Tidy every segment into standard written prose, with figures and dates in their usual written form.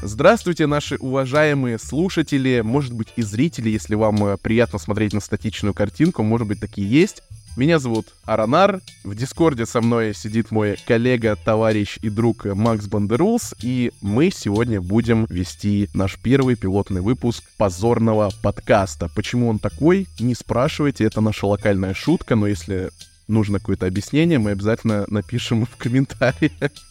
Здравствуйте, наши уважаемые слушатели, может быть и зрители, если вам приятно смотреть на статичную картинку, может быть такие есть. Меня зовут Аронар, в Дискорде со мной сидит мой коллега, товарищ и друг Макс Бандерулс, и мы сегодня будем вести наш первый пилотный выпуск позорного подкаста. Почему он такой, не спрашивайте, это наша локальная шутка, но если нужно какое-то объяснение, мы обязательно напишем в комментариях.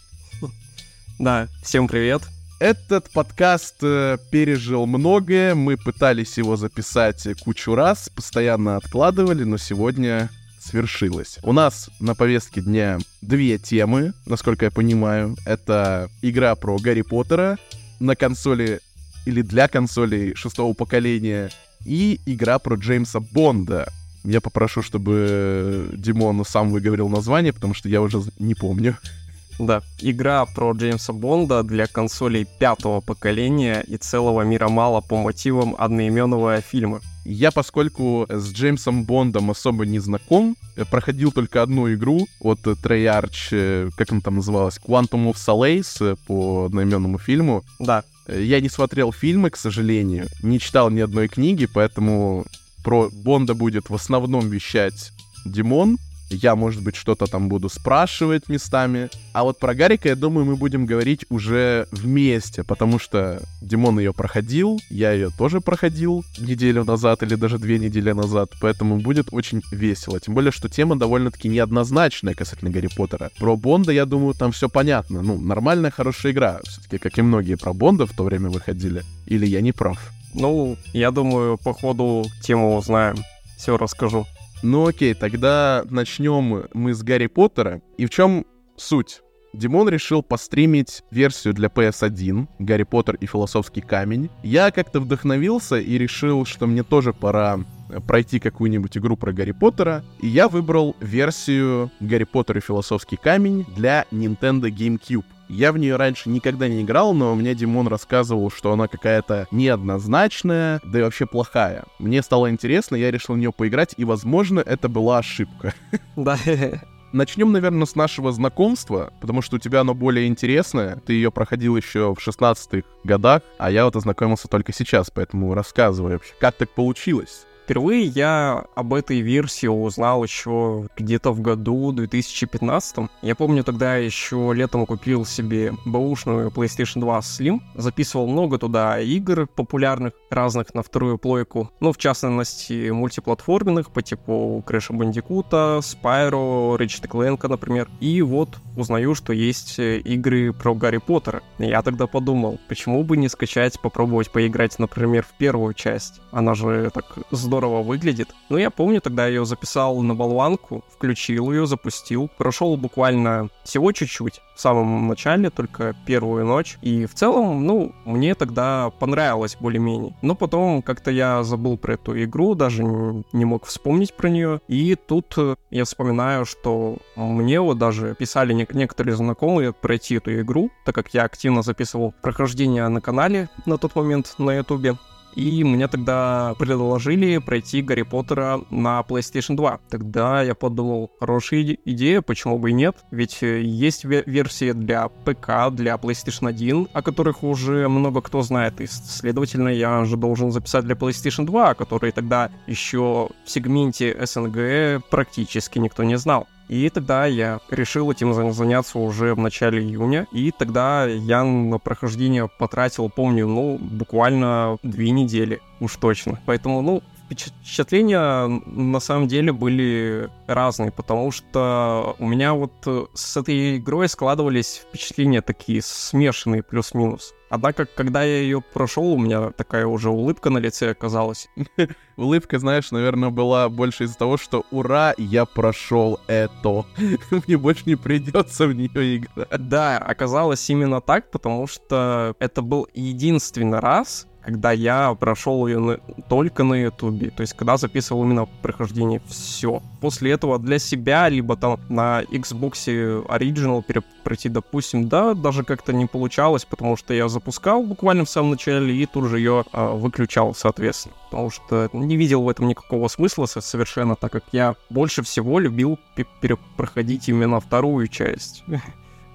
Да, всем привет. Этот подкаст пережил многое, мы пытались его записать кучу раз, постоянно откладывали, но сегодня свершилось. У нас на повестке дня две темы, насколько я понимаю. Это игра про Гарри Поттера на консоли или для консолей шестого поколения и игра про Джеймса Бонда. Я попрошу, чтобы Димон сам выговорил название, потому что я уже не помню. Да, игра про Джеймса Бонда для консолей пятого поколения и целого мира мало по мотивам одноименного фильма. Я, поскольку с Джеймсом Бондом особо не знаком, проходил только одну игру от Treyarch, как она там называлась, Quantum of Solace по одноименному фильму. Да. Я не смотрел фильмы, к сожалению, не читал ни одной книги, поэтому про Бонда будет в основном вещать Димон. Я, может быть, что-то там буду спрашивать местами. А вот про Гарика, я думаю, мы будем говорить уже вместе, потому что Димон ее проходил, я ее тоже проходил неделю назад или даже 2 недели назад, поэтому будет очень весело. Тем более, что тема довольно-таки неоднозначная касательно Гарри Поттера. Про Бонда, я думаю, там все понятно. Ну, нормальная, хорошая игра. Все-таки, как и многие про Бонда в то время выходили. Или я не прав? Ну, я думаю, по ходу тему узнаем. Все расскажу. Ну окей, тогда начнем мы с Гарри Поттера. И в чем суть? Димон решил постримить версию для PS1 «Гарри Поттер и философский камень». Я как-то вдохновился и решил, что мне тоже пора пройти какую-нибудь игру про Гарри Поттера. И я выбрал версию «Гарри Поттер и философский камень» для Nintendo GameCube. Я в нее раньше никогда не играл, но мне Димон рассказывал, что она какая-то неоднозначная, да и вообще плохая. Мне стало интересно, я решил в нее поиграть, и, возможно, это была ошибка. Да. Начнем, наверное, с нашего знакомства, потому что у тебя оно более интересное. Ты ее проходил еще в 16-х годах, а я вот ознакомился только сейчас, поэтому рассказывай вообще, как так получилось? Впервые я об этой версии узнал еще где-то в году 2015. Я помню, тогда еще летом купил себе бэушную PlayStation 2 Slim, записывал много туда игр популярных, разных на вторую плойку, ну, в частности, мультиплатформенных по типу Crash Bandicoot, Spyro, Ratchet & Clank, например. И вот узнаю, что есть игры про Гарри Поттера. И я тогда подумал, почему бы не скачать, попробовать поиграть, например, в первую часть. Она же так здорово выглядит. Ну, я помню, тогда я ее записал на болванку, включил ее, запустил, прошел буквально всего чуть-чуть, в самом начале, только первую ночь. И в целом, ну, мне тогда понравилось более-менее. Но потом как-то я забыл про эту игру, даже не мог вспомнить про нее. И тут я вспоминаю, что мне вот даже писали некоторые знакомые пройти эту игру, так как я активно записывал прохождение на канале на тот момент на Ютубе. И мне тогда предложили пройти Гарри Поттера на PlayStation 2. Тогда я подумал, хорошая идея, почему бы и нет? Ведь есть версии для ПК, для PlayStation 1, о которых уже много кто знает. И, следовательно, я же должен записать для PlayStation 2, который тогда еще в сегменте СНГ практически никто не знал. И тогда я решил этим заняться уже в начале июня. И тогда я на прохождение потратил, помню, буквально 2 недели, уж точно. Поэтому, впечатления на самом деле были разные, потому что у меня вот с этой игрой складывались впечатления такие смешанные плюс-минус. Однако, когда я ее прошел, у меня такая уже улыбка на лице оказалась. Улыбка, знаешь, наверное, была больше из-за того, что ура, я прошел это. Мне больше не придется в нее играть. Да, оказалось именно так, потому что это был единственный раз, когда я прошел ее только на Ютубе, то есть когда записывал именно прохождение, все. После этого для себя, либо там на Xbox Original пройти, допустим, да, даже как-то не получалось, потому что я запускал буквально в самом начале и тут же ее выключал, соответственно. Потому что не видел в этом никакого смысла совершенно, так как я больше всего любил проходить именно вторую часть.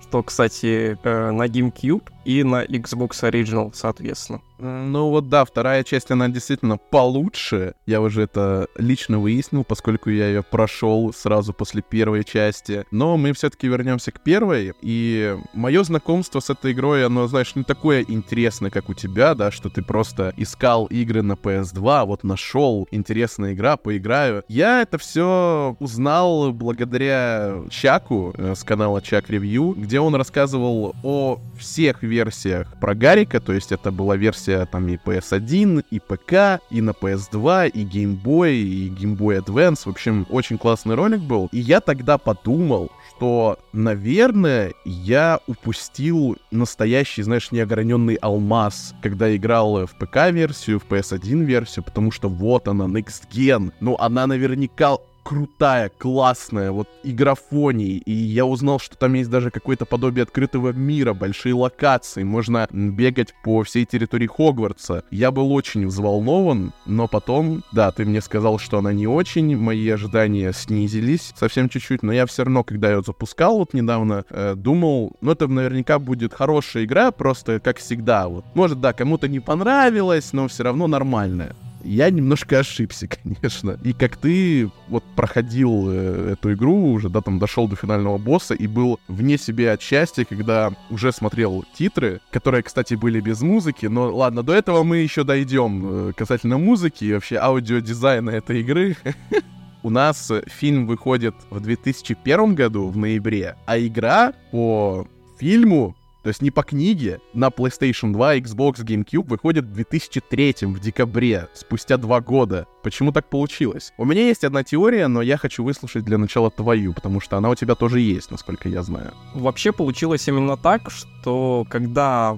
что, кстати, на GameCube и на Xbox Original, соответственно. Ну вот да, вторая часть, она действительно получше. Я уже это лично выяснил, поскольку я ее прошел сразу после первой части. Но мы все-таки вернемся к первой. И мое знакомство с этой игрой, оно, знаешь, не такое интересное, как у тебя, да, что ты просто искал игры на PS2, вот нашел, интересная игра, поиграю. Я это все узнал благодаря Чаку с канала Чак Ревью, где он рассказывал о всех версиях про Гарика, то есть это была версия там и PS1, и ПК, и на PS2, и Game Boy, и Game Boy Advance. В общем, очень классный ролик был. И я тогда подумал, что, наверное, я упустил настоящий, знаешь, неограненный алмаз, когда играл в ПК-версию, в PS1-версию, потому что вот она, Next Gen. Ну, она наверняка крутая, классная, вот игрофоний, и я узнал, что там есть даже какое-то подобие открытого мира, большие локации, можно бегать по всей территории Хогвартса. Я был очень взволнован, но потом, да, ты мне сказал, что она не очень, мои ожидания снизились совсем чуть-чуть, но я все равно, когда ее запускал вот недавно, думал, ну это наверняка будет хорошая игра, просто как всегда, вот. Может, да, кому-то не понравилось, но все равно нормальная. Я немножко ошибся, конечно. И как ты вот проходил эту игру уже, да, там дошел до финального босса и был вне себя от счастья, когда уже смотрел титры, которые, кстати, были без музыки, но ладно, до этого мы еще дойдем касательно музыки и вообще аудиодизайна этой игры. У нас фильм выходит в 2001 году, в ноябре, а игра по фильму, то есть не по книге, на PlayStation 2, Xbox, GameCube выходит в 2003 в декабре, спустя 2 года. Почему так получилось? У меня есть одна теория, но я хочу выслушать для начала твою, потому что она у тебя тоже есть, насколько я знаю. Вообще получилось именно так, что когда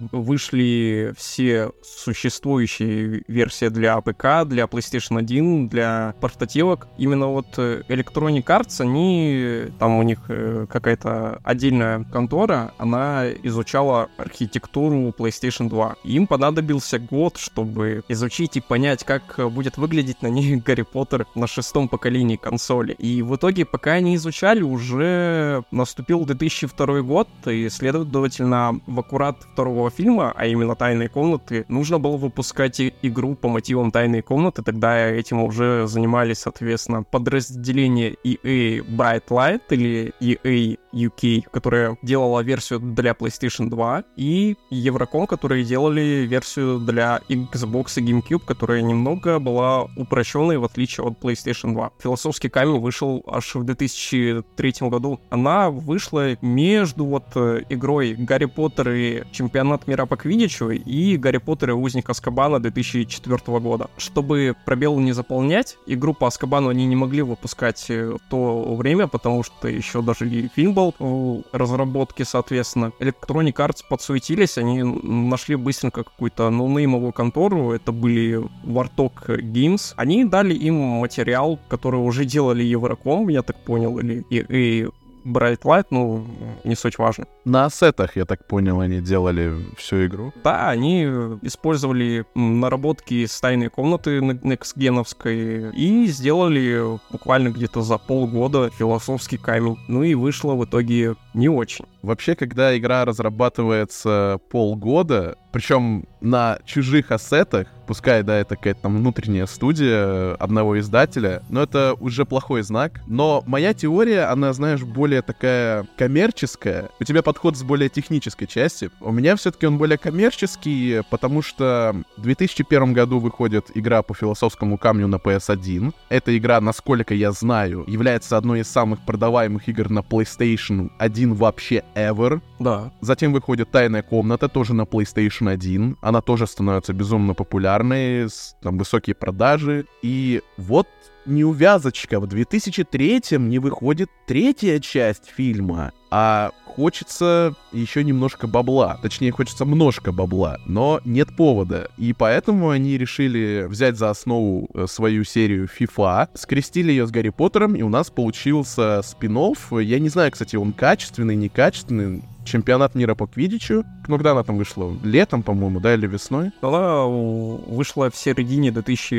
вышли все существующие версии для ПК, для PlayStation 1, для портативок, именно вот Electronic Arts, они, там у них какая-то отдельная контора, она изучала архитектуру PlayStation 2. Им понадобился год, чтобы изучить и понять, как будет выглядеть на ней Гарри Поттер на 6-м поколении консоли. И в итоге, пока они изучали, уже наступил 2002 год, и, следовательно, в аккурат второго фильма, а именно «Тайные комнаты», нужно было выпускать игру по мотивам «Тайной комнаты». Тогда этим уже занимались, соответственно, подразделение EA Bright Light или EA UK, которая делала версию для PlayStation 2, и Евроком, которые делали версию для Xbox и GameCube, которая немного была упрощенной, в отличие от PlayStation 2. «Философский камень» вышел аж в 2003 году. Она вышла между вот игрой «Гарри Поттер и Чемпионат мира по Квиддичу» и «Гарри Поттер и Узник Азкабана» 2004 года. Чтобы пробел не заполнять, игру по Азкабану они не могли выпускать в то время, потому что еще даже и фильм был в разработке, соответственно. Electronic Arts подсуетились, они нашли быстренько какую-то ноунеймовую контору, это были Warthog Games. Они дали им материал, который уже делали Евроком, я так понял, или EA Bright Light, ну, не суть важно. На ассетах, я так понял, они делали всю игру. Да, они использовали наработки с «Тайной комнаты» некстгеновской и сделали буквально где-то за полгода «Философский камень». Ну и вышло в итоге не очень. Вообще, когда игра разрабатывается полгода, причем на чужих ассетах, пускай, да, это какая-то там внутренняя студия одного издателя, но это уже плохой знак. Но моя теория, она, знаешь, более такая коммерческая. У тебя подход с более технической части. У меня все-таки он более коммерческий, потому что в 2001 году выходит игра по «Философскому камню» на PS1. Эта игра, насколько я знаю, является одной из самых продаваемых игр на PlayStation 1 вообще ever. Да. Затем выходит «Тайная комната», тоже на PlayStation 1. Она тоже становится безумно популярной, там высокие продажи. И вот неувязочка, в 2003-м не выходит третья часть фильма, а хочется еще немножко бабла. Точнее, хочется множко бабла, но нет повода. И поэтому они решили взять за основу свою серию FIFA, скрестили ее с Гарри Поттером, и у нас получился спин-офф. Я не знаю, кстати, он качественный, некачественный. чемпионат мира по квиддичу. Ну, когда она там вышла? Летом, по-моему, да, или весной? Она вышла в середине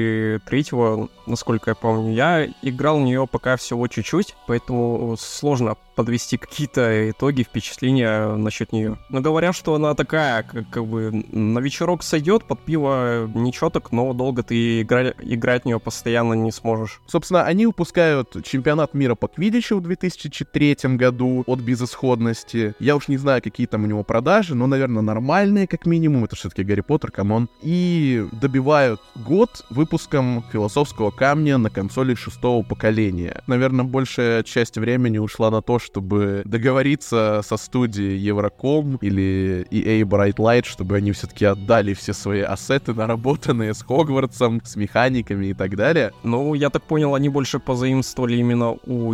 2003-го, насколько я помню. Я играл в нее пока всего чуть-чуть, поэтому сложно подвести какие-то итоги, впечатления насчет нее. Но говорят, что она такая, как бы на вечерок сойдет, под пиво ничего так, но долго ты играть в нее постоянно не сможешь. Собственно, они выпускают чемпионат мира по квиддичу в 2003 году от безысходности. Я уж не знаю, какие там у него продажи, но, наверное, нормальные, как минимум. Это все-таки Гарри Поттер, камон. И добивают год выпуском философского камня на консоли 6-го поколения. Наверное, большая часть времени ушла на то, чтобы договориться со студией Евроком или EA Bright Light, чтобы они все-таки отдали все свои ассеты, наработанные с Хогвартсом, с механиками и так далее. Ну, я так понял, они больше позаимствовали именно у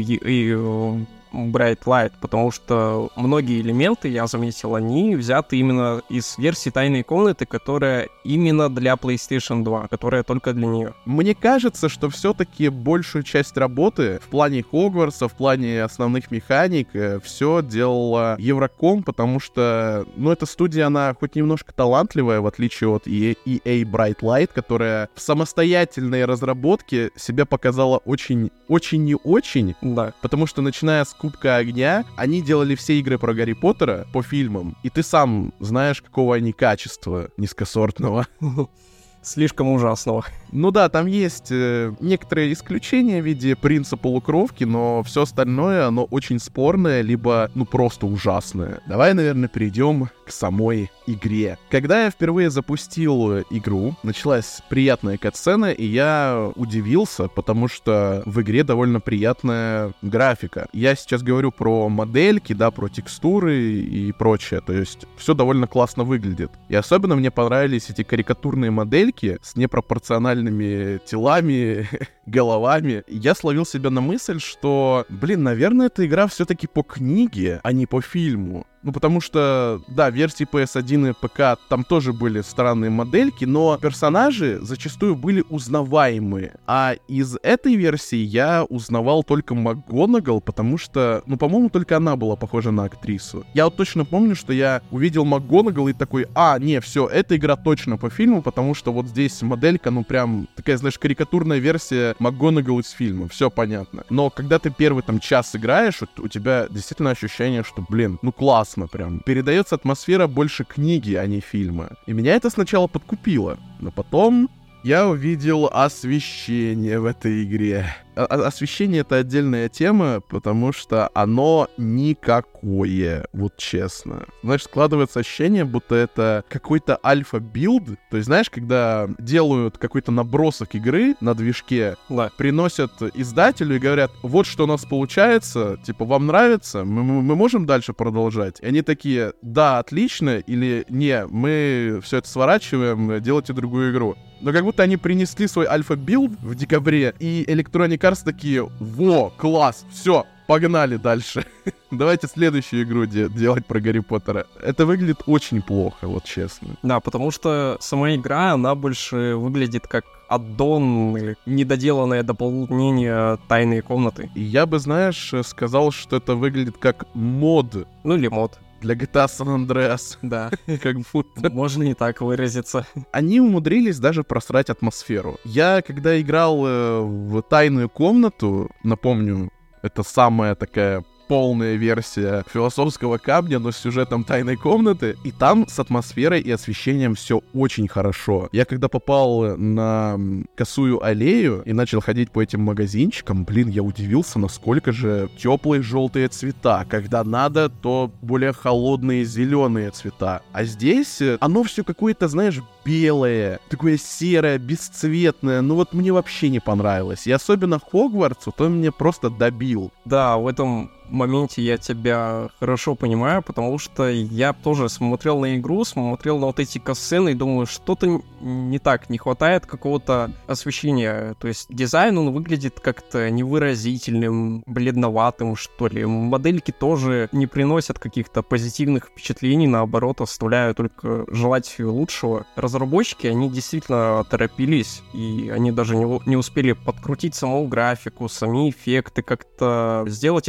EA Bright Light, потому что многие элементы, я заметил, они взяты именно из версии «Тайной комнаты», которая именно для PlayStation 2, которая только для нее. Мне кажется, что все-таки большую часть работы в плане Хогвартса, в плане основных механик, все делала Евроком, потому что, ну, эта студия, она хоть немножко талантливая, в отличие от EA Bright Light, которая в самостоятельной разработке себя показала очень не очень, да. Потому что, начиная с Кубка Огня, они делали все игры про Гарри Поттера по фильмам, и ты сам знаешь, какого они качества низкосортного. Слишком ужасного. Ну да, там есть некоторые исключения в виде принца полукровки, но все остальное, оно очень спорное, либо, ну, просто ужасное. Давай, наверное, перейдем к самой игре. Когда я впервые запустил игру, началась приятная катсцена, и я удивился, потому что в игре довольно приятная графика. Я сейчас говорю про модельки, да, про текстуры и прочее, то есть все довольно классно выглядит. И особенно мне понравились эти карикатурные модельки с непропорциональными телами, головами. Я словил себя на мысль, что, наверное, эта игра все-таки по книге, а не по фильму. Ну, потому что, да, версии PS1 и ПК там тоже были странные модельки, но персонажи зачастую были узнаваемые. А из этой версии я узнавал только МакГонагал, потому что, ну, по-моему, только она была похожа на актрису. Я вот точно помню, что я увидел МакГонагал и такой, не, все, эта игра точно по фильму, потому что вот здесь моделька, ну, прям такая, знаешь, карикатурная версия МакГонагал из фильма, все понятно. Но когда ты первый там час играешь, вот, у тебя действительно ощущение, что, ну, классно прям. Передается атмосфера больше книги, а не фильма. И меня это сначала подкупило, но потом я увидел освещение в этой игре. Освещение — это отдельная тема, потому что оно никакое, вот честно. Знаешь, складывается ощущение, будто это какой-то альфа-билд. То есть, знаешь, когда делают какой-то набросок игры на движке, приносят издателю и говорят, вот что у нас получается, типа, вам нравится? Мы можем дальше продолжать? И они такие, да, отлично, или не, мы все это сворачиваем, делайте другую игру. Но как будто они принесли свой альфа-билд в декабре, и Electronic Arts такие, во, класс, все, погнали дальше. Давайте следующую игру делать про Гарри Поттера. Это выглядит очень плохо, вот честно. Да, потому что сама игра, она больше выглядит как аддон или недоделанное дополнение тайной комнаты. И я бы, знаешь, сказал, что это выглядит как мод. Ну или мод. Для GTA San Andreas. Да. Как будто. Можно и так выразиться. Они умудрились даже просрать атмосферу. Я, когда играл в тайную комнату, напомню, это самая такая полная версия философского камня, но с сюжетом тайной комнаты. И там с атмосферой и освещением все очень хорошо. Я когда попал на Косую аллею и начал ходить по этим магазинчикам, я удивился, насколько же теплые желтые цвета. Когда надо, то более холодные зеленые цвета. А здесь оно все какое-то, знаешь, белое, такое серое, бесцветное. Ну вот мне вообще не понравилось. И особенно Хогвартс, вот он меня просто добил. Да, в этом моменте я тебя хорошо понимаю, потому что я тоже смотрел на игру, смотрел на вот эти катсцены и думаю, что-то не так, не хватает какого-то освещения. То есть дизайн, он выглядит как-то невыразительным, бледноватым, что ли. Модельки тоже не приносят каких-то позитивных впечатлений, наоборот, оставляют только желать лучшего. Разработчики, они действительно торопились, и они даже не успели подкрутить саму графику, сами эффекты, как-то сделать это на уровне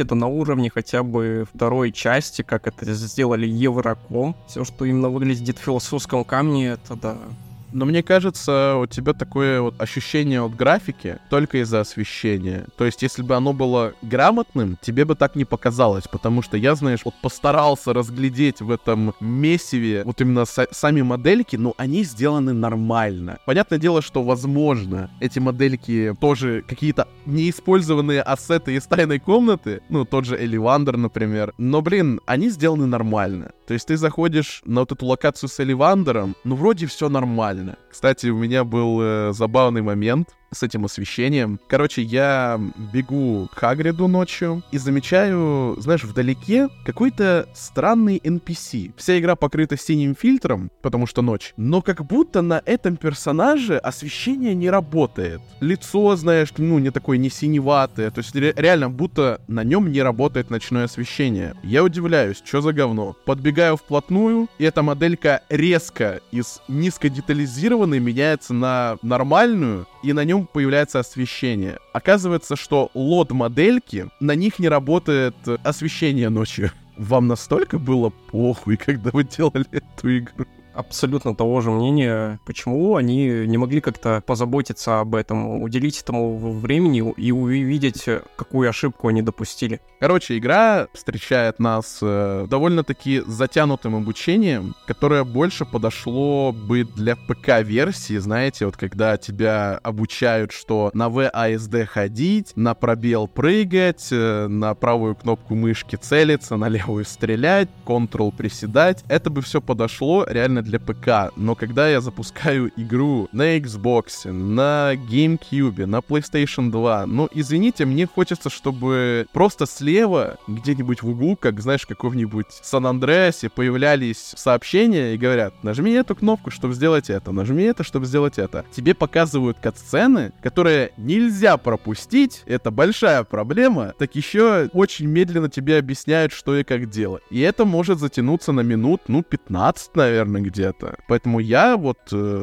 уровне хотя бы второй части, как это сделали Евроком. Все, что именно выглядит в философском камне, это да. Но мне кажется, у тебя такое вот ощущение от графики только из-за освещения. То есть, если бы оно было грамотным, тебе бы так не показалось, потому что я, знаешь, вот постарался разглядеть в этом месиве вот именно сами модельки, но они сделаны нормально. Понятное дело, что, возможно, эти модельки тоже какие-то неиспользованные ассеты из тайной комнаты, ну, тот же Эливандер, например, но, блин, они сделаны нормально. То есть ты заходишь на вот эту локацию с Эливандером, ну, вроде все нормально. Кстати, у меня был забавный момент с этим освещением. Короче, я бегу к Хагриду ночью и замечаю, знаешь, вдалеке какой-то странный NPC. Вся игра покрыта синим фильтром, потому что ночь, но как будто на этом персонаже освещение не работает. Лицо, знаешь, ну, не такое, не синеватое. То есть реально, будто на нем не работает ночное освещение. Я удивляюсь, что за говно. Подбегаю вплотную, и эта моделька резко из низкодетализированной меняется на нормальную, и на нем появляется освещение. Оказывается, что лот модельки, на них не работает освещение ночью. Вам настолько было похуй, когда вы делали эту игру? Абсолютно того же мнения, почему они не могли как-то позаботиться об этом, уделить этому времени и увидеть, какую ошибку они допустили. Короче, игра встречает нас довольно-таки затянутым обучением, которое больше подошло бы для ПК-версии, знаете, вот когда тебя обучают, что на WASD ходить, на пробел прыгать, на правую кнопку мышки целиться, на левую стрелять, Ctrl приседать. Это бы все подошло реально для ПК, но когда я запускаю игру на Xbox, на GameCube, на PlayStation 2, ну, извините, мне хочется, чтобы просто слева, где-нибудь в углу, как, знаешь, в каком-нибудь Сан-Андреасе, появлялись сообщения и говорят: нажми эту кнопку, чтобы сделать это, нажми это, чтобы сделать это. Тебе показывают кат-сцены, которые нельзя пропустить, это большая проблема, так еще очень медленно тебе объясняют, что и как делать. И это может затянуться на минут, 15, наверное, где-то. Поэтому я вот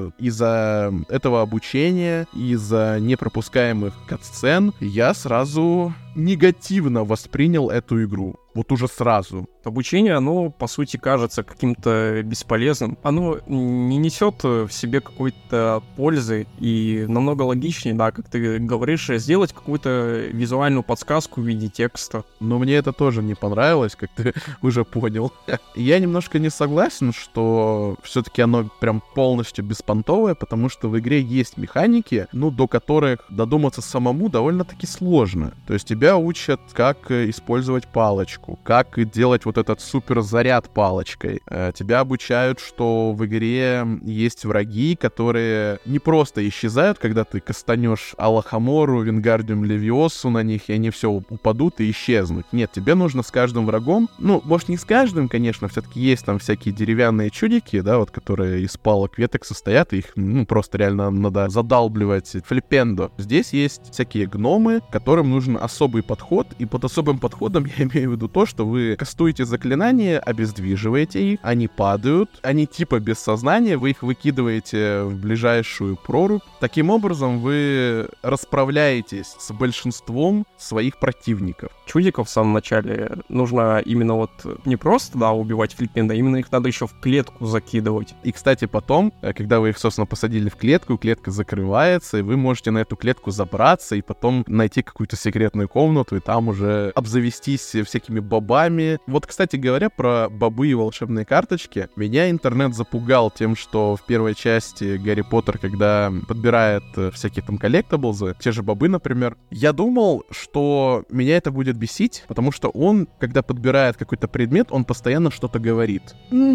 из-за этого обучения, из-за непропускаемых кат-сцен, я сразу негативно воспринял эту игру. Вот уже сразу. Обучение, оно, по сути, кажется каким-то бесполезным. Оно не несет в себе какой-то пользы и намного логичнее, да, как ты говоришь, сделать какую-то визуальную подсказку в виде текста. Но мне это тоже не понравилось, как ты уже понял. Я немножко не согласен, что все-таки оно прям полностью беспонтовое, потому что в игре есть механики, ну, до которых додуматься самому довольно-таки сложно. То есть тебя учат, как использовать палочку, как делать вот этот суперзаряд палочкой. Тебя обучают, что в игре есть враги, которые не просто исчезают, когда ты кастанешь Алахамору, Вингардиум Левиосу на них, и они все упадут и исчезнут. Нет, тебе нужно с каждым врагом, ну, может, не с каждым, конечно, все-таки есть там всякие деревянные чудики, да, вот, которые из палок веток состоят, и их, ну, просто реально надо задалбливать флипендо. Здесь есть всякие гномы, которым нужен особый подход, и под особым подходом я имею в виду то, что вы кастуете заклинания, обездвиживаете их, они падают, они типа без сознания, вы их выкидываете в ближайшую прорубь. Таким образом, вы расправляетесь с большинством своих противников. Чудиков в самом начале нужно именно вот не просто, да, убивать флиппинда, именно их надо еще в клетку закидывать. И, кстати, потом, когда вы их, собственно, посадили в клетку, клетка закрывается, и вы можете на эту клетку забраться и потом найти какую-то секретную комнату и там уже обзавестись всякими бобами. Вот, кстати говоря, про бобы и волшебные карточки. Меня интернет запугал тем, что в первой части Гарри Поттер, когда подбирает всякие там коллектаблзы, те же бобы, например, я думал, что меня это будет бесить, потому что он, когда подбирает какой-то предмет, он постоянно что-то говорит.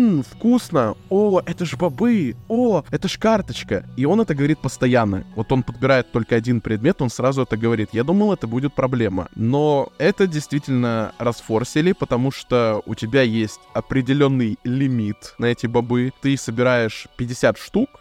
Вкусно! О, это ж бобы! О, это ж карточка! И он это говорит постоянно. Вот он подбирает только один предмет, он сразу это говорит. Я думал, это будет проблема. Но это действительно расфорсили, потому что у тебя есть определенный лимит на эти бобы. Ты собираешь 50 штук,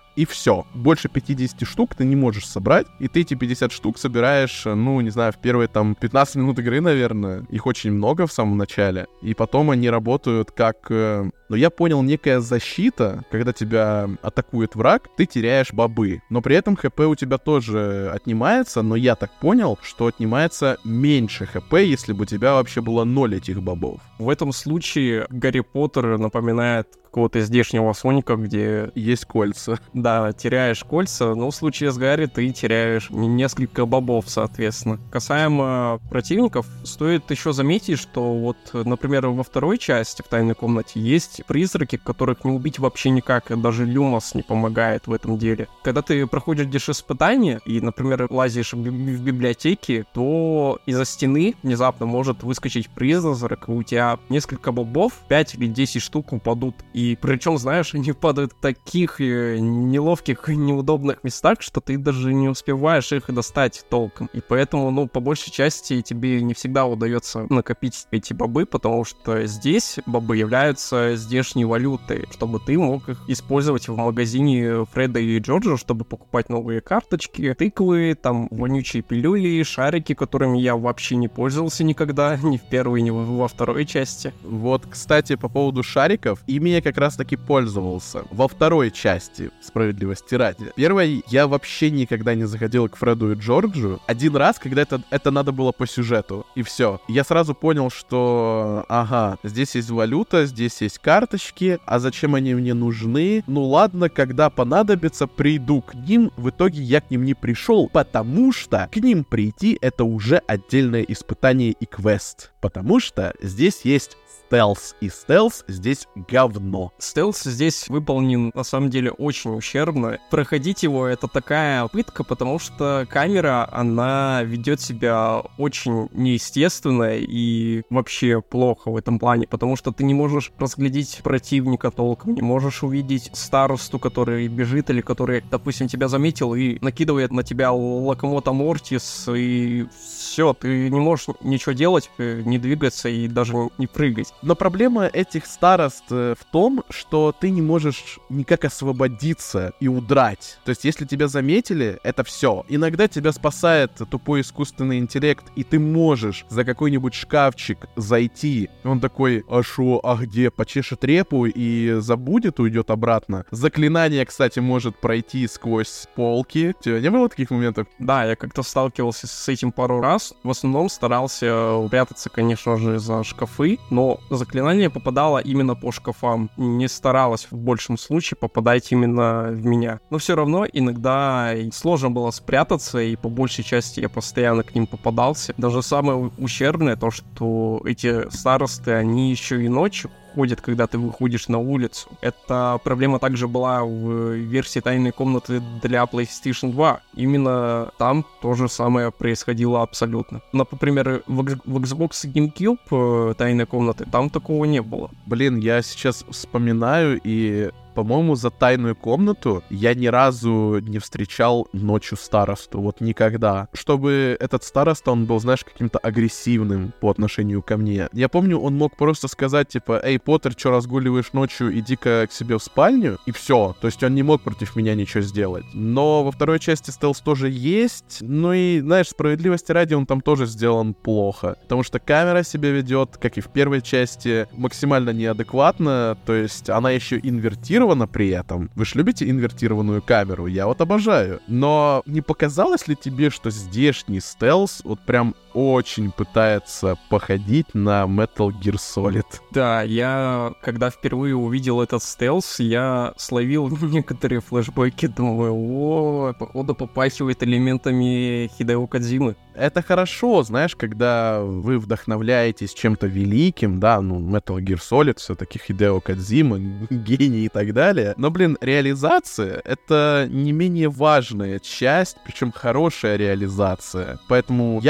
и все. Больше 50 штук ты не можешь собрать, и ты эти 50 штук собираешь, ну, не знаю, в первые там 15 минут игры, наверное. Их очень много в самом начале, и потом они работают как... Но я понял, некая защита, когда тебя атакует враг, ты теряешь бобы. Но при этом ХП у тебя тоже отнимается, но я так понял, что отнимается меньше ХП, если бы у тебя вообще было 0 этих бобов. В этом случае Гарри Поттер напоминает какого-то здешнего Соника, где... Есть кольца. Да, теряешь кольца, но в случае с Гарри ты теряешь несколько бобов, соответственно. Касаемо противников, стоит еще заметить, что вот, например, во второй части, в тайной комнате, есть призраки, которых не убить вообще никак, и даже Люмос не помогает в этом деле. Когда ты проходишь испытания и, например, лазишь в библиотеке, то из-за стены внезапно может выскочить призрак, и у тебя несколько бобов, 5 или 10 штук упадут. И причем, знаешь, они падают в таких неловких, неудобных местах, что ты даже не успеваешь их достать толком. И поэтому, ну, по большей части тебе не всегда удается накопить эти бобы, потому что здесь бобы являются здешней валютой, чтобы ты мог их использовать в магазине Фреда и Джорджа, чтобы покупать новые карточки, тыквы, там, вонючие пилюли, шарики, которыми я вообще не пользовался никогда, ни в первой, ни во второй части. Вот, кстати, по поводу шариков, ими я как раз-таки пользовался. Во второй части, справедливости ради. Первой я вообще никогда не заходил к Фреду и Джорджу. Один раз, когда это надо было по сюжету, и все. Я сразу понял, что, ага, здесь есть валюта, здесь есть карточки, а зачем они мне нужны? Ну ладно, когда понадобится, приду к ним. В итоге я к ним не пришел, потому что к ним прийти — это уже отдельное испытание и квест. Потому что здесь есть стелс, и стелс здесь говно. Стелс здесь выполнен, на самом деле, очень ущербно. Проходить его — это такая пытка, потому что камера, она ведет себя очень неестественно и вообще плохо в этом плане, потому что ты не можешь разглядеть противника толком, не можешь увидеть старосту, который бежит или который, допустим, тебя заметил и накидывает на тебя локомота Мортис, и все, ты не можешь ничего делать, не двигаться и даже не прыгать. Но проблема этих старост в том, что ты не можешь никак освободиться и удрать. То есть, если тебя заметили, это все. Иногда тебя спасает тупой искусственный интеллект, и ты можешь за какой-нибудь шкафчик зайти. И он такой, а шо, а где? Почешет репу и забудет, уйдет обратно. Заклинание, кстати, может пройти сквозь полки. У тебя не было таких моментов? Да, я как-то сталкивался с этим пару раз. В основном старался прятаться, конечно же, за шкафы, но заклинание попадало именно по шкафам. Не старалась в большем случае попадать именно в меня. Но все равно иногда сложно было спрятаться, и по большей части я постоянно к ним попадался. Даже самое ущербное то, что эти старосты, они еще и ночью ходят, когда ты выходишь на улицу. Эта проблема также была в версии тайной комнаты для PlayStation 2. Именно там то же самое происходило абсолютно. Например, в Xbox и GameCube тайной комнаты там такого не было. Блин, я сейчас вспоминаю, и по-моему, за тайную комнату я ни разу не встречал ночью старосту, вот никогда. Чтобы этот староста, он был, знаешь, каким-то агрессивным по отношению ко мне. Я помню, он мог просто сказать, типа, эй, Поттер, чё разгуливаешь ночью, иди-ка к себе в спальню, и все. То есть он не мог против меня ничего сделать. Но во второй части стелс тоже есть, ну и, знаешь, справедливости ради, он там тоже сделан плохо. Потому что камера себя ведет, как и в первой части, максимально неадекватно, то есть она еще инвертирована при этом. Вы ж любите инвертированную камеру? Я вот обожаю. Но не показалось ли тебе, что здешний стелс вот прям очень пытается походить на Metal Gear Solid? Да, я, когда впервые увидел этот стелс, я словил некоторые флешбеки, думаю, походу попахивает элементами Хидео Кодзимы. Это хорошо, знаешь, когда вы вдохновляетесь чем-то великим, да, ну, Metal Gear Solid, все-таки Хидео Кодзима, гений и так далее. Но, блин, реализация — это не менее важная часть, причем хорошая реализация. Поэтому я к Фреду и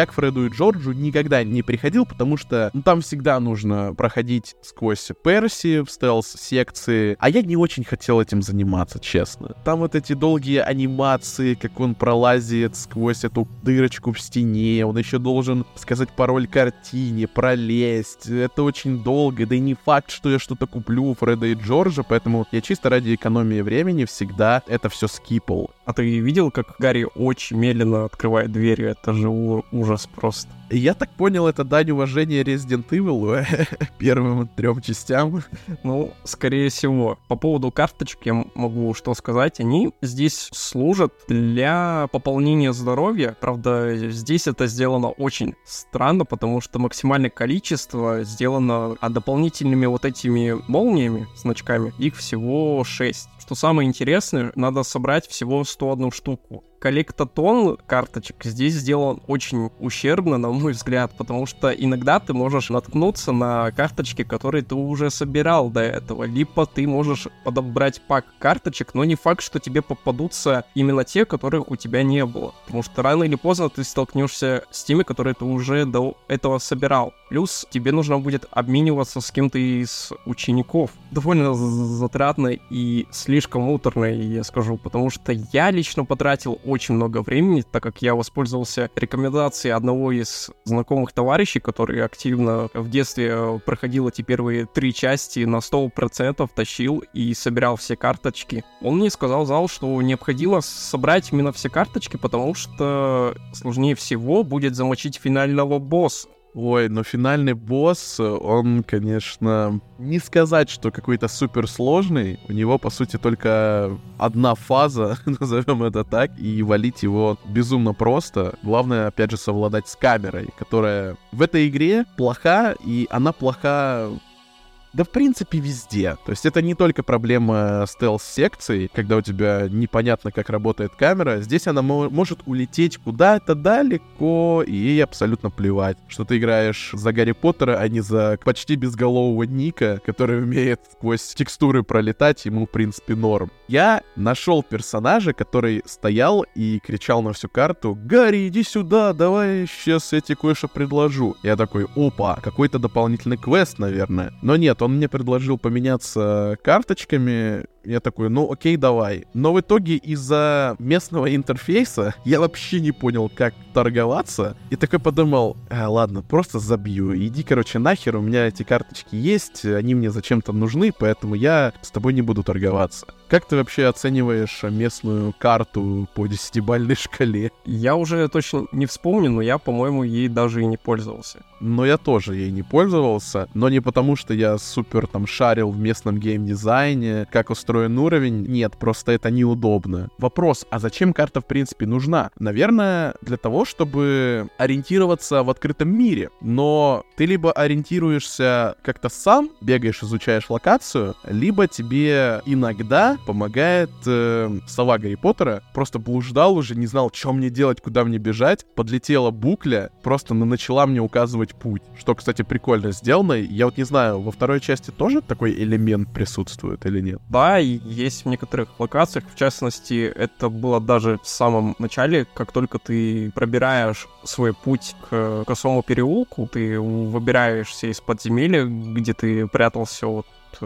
и Джорджу никогда не приходил, потому что там всегда нужно проходить сквозь Перси в стелс-секции, а я не очень хотел этим заниматься, честно. Там вот эти долгие анимации, как он пролазит сквозь эту дырочку в стене, он еще должен сказать пароль картине, пролезть. Это очень долго, да и не факт, что я что-то куплю у Фреда и Джорджа, поэтому я чисто ради экономии времени всегда это все скипал. А ты видел, как Гарри очень медленно открывает двери? Это же ужас просто. Я так понял, это дань уважения Resident Evil первым 3 частям. Ну, скорее всего. По поводу карточек я могу что сказать. Они здесь служат для пополнения здоровья. Правда, здесь это сделано очень странно, потому что максимальное количество сделано дополнительными вот этими молниями, значками. Их всего 6. Что самое интересное, надо собрать всего 101 штуку. Коллектотон карточек здесь сделан очень ущербно, на мой взгляд, потому что иногда ты можешь наткнуться на карточки, которые ты уже собирал до этого, либо ты можешь подобрать пак карточек, но не факт, что тебе попадутся именно те, которых у тебя не было, потому что рано или поздно ты столкнешься с теми, которые ты уже до этого собирал. Плюс тебе нужно будет обмениваться с кем-то из учеников. Довольно затратно и слишком муторно, я скажу, потому что я лично потратил очень много времени, так как я воспользовался рекомендацией одного из знакомых товарищей, который активно в детстве проходил эти первые 3 части, на 100% тащил и собирал все карточки. Он мне сказал, что необходимо собрать именно все карточки, потому что сложнее всего будет замочить финального босса. Ой, но финальный босс, он, конечно, не сказать, что какой-то суперсложный. У него, по сути, только одна фаза, назовем это так, и валить его безумно просто. Главное, опять же, совладать с камерой, которая в этой игре плоха, и она плоха... Да, в принципе, везде. То есть это не только проблема стелс-секции, когда у тебя непонятно, как работает камера. Здесь она может улететь куда-то далеко, и ей абсолютно плевать, что ты играешь за Гарри Поттера, а не за почти безголового Ника, который умеет сквозь текстуры пролетать, ему, в принципе, норм. Я нашел персонажа, который стоял и кричал на всю карту: «Гарри, иди сюда, давай сейчас я тебе кое-что предложу». Я такой: опа, какой-то дополнительный квест, наверное. Но нет, он мне предложил поменяться карточками. Я такой: ну окей, давай. Но в итоге из-за местного интерфейса я вообще не понял, как торговаться. И такой подумал: ладно, просто забью. Иди, короче, нахер, у меня эти карточки есть, они мне зачем-то нужны, поэтому я с тобой не буду торговаться. Как ты вообще оцениваешь местную карту по 10-бальной шкале? Я уже точно не вспомню, но я, по-моему, ей даже и не пользовался. Но я тоже ей не пользовался, но не потому, что я супер там шарил в местном геймдизайне, как устроен уровень. Нет, просто это неудобно. Вопрос: а зачем карта в принципе нужна? Наверное, для того, чтобы ориентироваться в открытом мире. Но ты либо ориентируешься как-то сам, бегаешь, изучаешь локацию, либо тебе иногда помогает сова Гарри Поттера. Просто блуждал уже, не знал, что мне делать, куда мне бежать. Подлетела Букля, просто начала мне указывать путь. Что, кстати, прикольно сделано. Я вот не знаю, во второй части тоже такой элемент присутствует или нет? Да, и есть в некоторых локациях, в частности, это было даже в самом начале, как только ты пробираешь свой путь к косому переулку, ты выбираешься из подземелья, где ты прятался от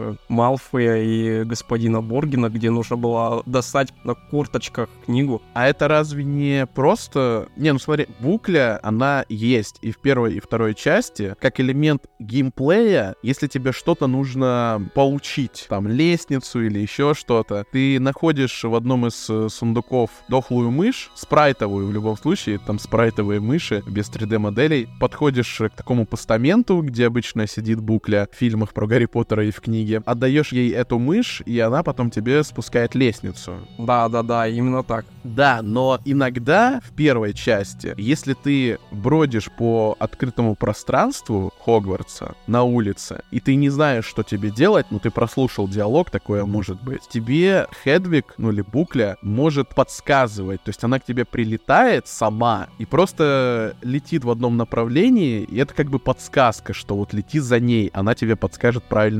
Малфоя и господина Боргина, где нужно было достать на курточках книгу. А это разве не просто... Не, ну смотри, Букля, она есть и в первой, и второй части, как элемент геймплея. Если тебе что-то нужно получить, там, лестницу или еще что-то, ты находишь в одном из сундуков дохлую мышь, спрайтовую в любом случае, там спрайтовые мыши, без 3D-моделей, подходишь к такому постаменту, где обычно сидит Букля в фильмах про Гарри Поттера и в книге, отдаешь ей эту мышь, и она потом тебе спускает лестницу. Да, именно так. Да, но иногда в первой части, если ты бродишь по открытому пространству Хогвартса на улице, и ты не знаешь, что тебе делать, ну ты прослушал диалог, такое может быть, тебе Хедвиг, ну или Букля, может подсказывать, то есть она к тебе прилетает сама и просто летит в одном направлении, и это как бы подсказка, что вот лети за ней, она тебе подскажет правильный путь.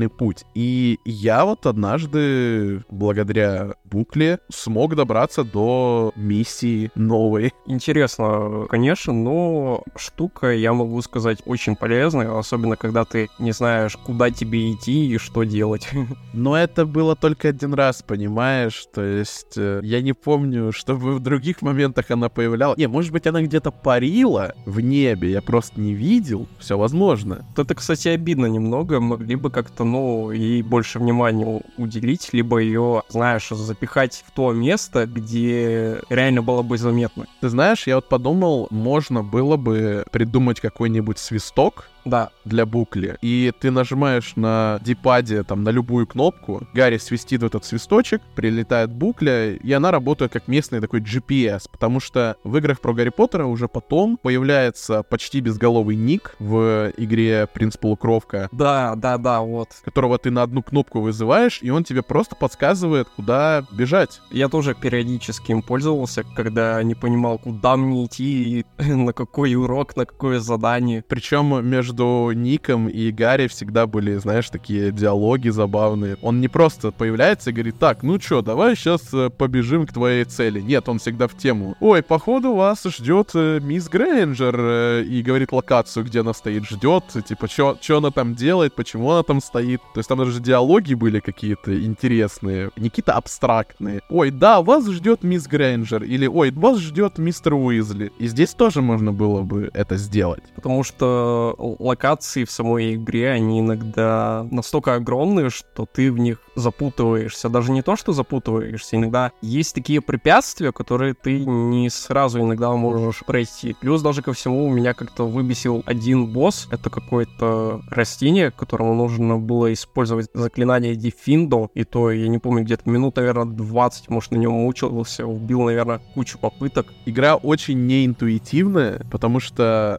И я вот однажды, благодаря букле, смог добраться до миссии новой. Интересно, конечно, но штука, я могу сказать, очень полезная, особенно когда ты не знаешь, куда тебе идти и что делать. Но это было только один раз, понимаешь? То есть я не помню, чтобы в других моментах она появлялась. Не, может быть, она где-то парила в небе, я просто не видел. Все возможно. Это, кстати, обидно немного. Могли бы как-то, ей больше внимания уделить, либо ее, знаешь, запихать в то место, где реально было бы заметно. Ты знаешь, я вот подумал, можно было бы придумать какой-нибудь свисток, Да. Для букли, и ты нажимаешь на дипаде, там, на любую кнопку, Гарри свистит в этот свисточек, прилетает букля, и она работает как местный такой GPS, потому что в играх про Гарри Поттера уже потом появляется почти безголовый ник в игре «Принц Полукровка», Да, вот. которого ты на одну кнопку вызываешь, и он тебе просто подсказывает, куда бежать. Я тоже периодически им пользовался, когда не понимал, куда мне идти, на какой урок, на какое задание. Причем между Ником и Гарри всегда были, знаешь, такие диалоги забавные. Он не просто появляется и говорит: так, ну чё, давай сейчас побежим к твоей цели. Нет, он всегда в тему. Ой, походу вас ждет мисс Грейнджер, и говорит локацию, где она стоит, ждет, типа, чё она там делает, почему она там стоит. То есть там даже диалоги были какие-то интересные, не какие-то абстрактные. Ой, да, вас ждет мисс Грейнджер, или ой, вас ждет мистер Уизли. И здесь тоже можно было бы это сделать. Потому что локации в самой игре, они иногда настолько огромные, что ты в них запутываешься. Даже не то, что запутываешься, иногда есть такие препятствия, которые ты не сразу иногда можешь пройти. Плюс даже ко всему меня как-то выбесил один босс. Это какое-то растение, которому нужно было использовать заклинание Дефиндо. И то, я не помню, где-то минут, наверное, 20, может, на нем мучился, убил, наверное, кучу попыток. Игра очень неинтуитивная, потому что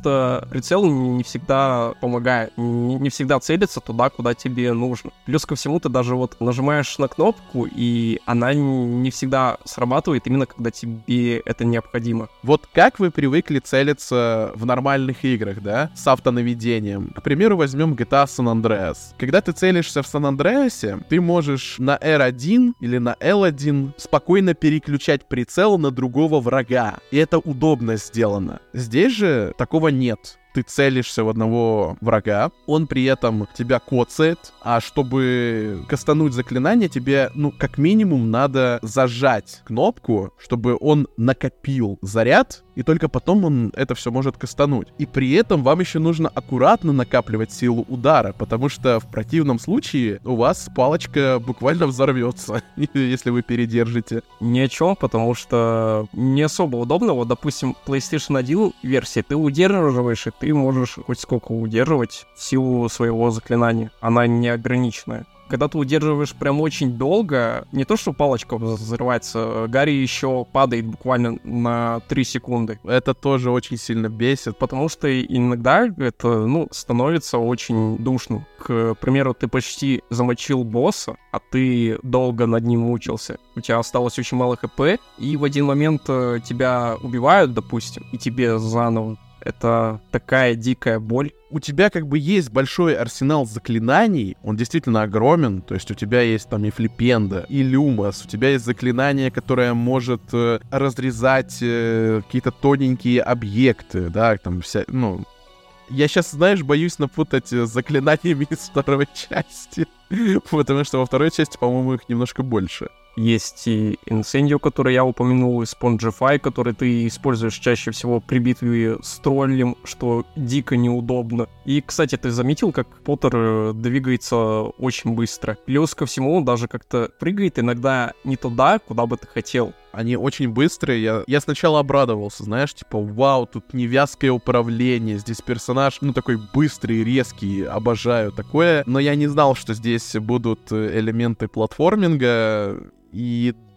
прицел не всегда помогает, не всегда целится туда, куда тебе нужно. Плюс ко всему ты даже вот нажимаешь на кнопку, и она не всегда срабатывает именно когда тебе это необходимо. Вот как вы привыкли целиться в нормальных играх, да, с автонаведением? К примеру, возьмем GTA San Andreas. Когда ты целишься в Сан-Андреасе, ты можешь на R1 или на L1 спокойно переключать прицел на другого врага, и это удобно сделано. Здесь же такого нет. Ты целишься в одного врага, он при этом тебя коцает, а чтобы кастануть заклинание, тебе, как минимум надо зажать кнопку, чтобы он накопил заряд, и только потом он это все может кастануть. И при этом вам еще нужно аккуратно накапливать силу удара, потому что в противном случае у вас палочка буквально взорвется, если вы передержите. Ни о чем, потому что не особо удобно. Вот, допустим, PlayStation 1 версии ты удерживаешь, и ты можешь хоть сколько удерживать в силу своего заклинания. Она неограниченная. Когда ты удерживаешь прям очень долго, не то что палочка взрывается, Гарри еще падает буквально на 3 секунды. Это тоже очень сильно бесит. Потому что иногда это, становится очень душным. К примеру, ты почти замочил босса, а ты долго над ним мучился. У тебя осталось очень мало хп, и в один момент тебя убивают, допустим, и тебе заново. Это такая дикая боль. У тебя как бы есть большой арсенал заклинаний, он действительно огромен, то есть у тебя есть там и флипенда, и люмос, у тебя есть заклинание, которое может разрезать какие-то тоненькие объекты, да, там Я сейчас, знаешь, боюсь напутать с заклинаниями из второй части, потому что во второй части, по-моему, их немножко больше. Есть и Incendio, который я упомянул, и Spongify, который ты используешь чаще всего при битве с троллем, что дико неудобно. И, кстати, ты заметил, как Поттер двигается очень быстро. Плюс ко всему, он даже как-то прыгает иногда не туда, куда бы ты хотел. Они очень быстрые. Я сначала обрадовался, знаешь, типа, вау, тут невязкое управление, здесь персонаж, такой быстрый, резкий, обожаю такое. Но я не знал, что здесь будут элементы платформинга. И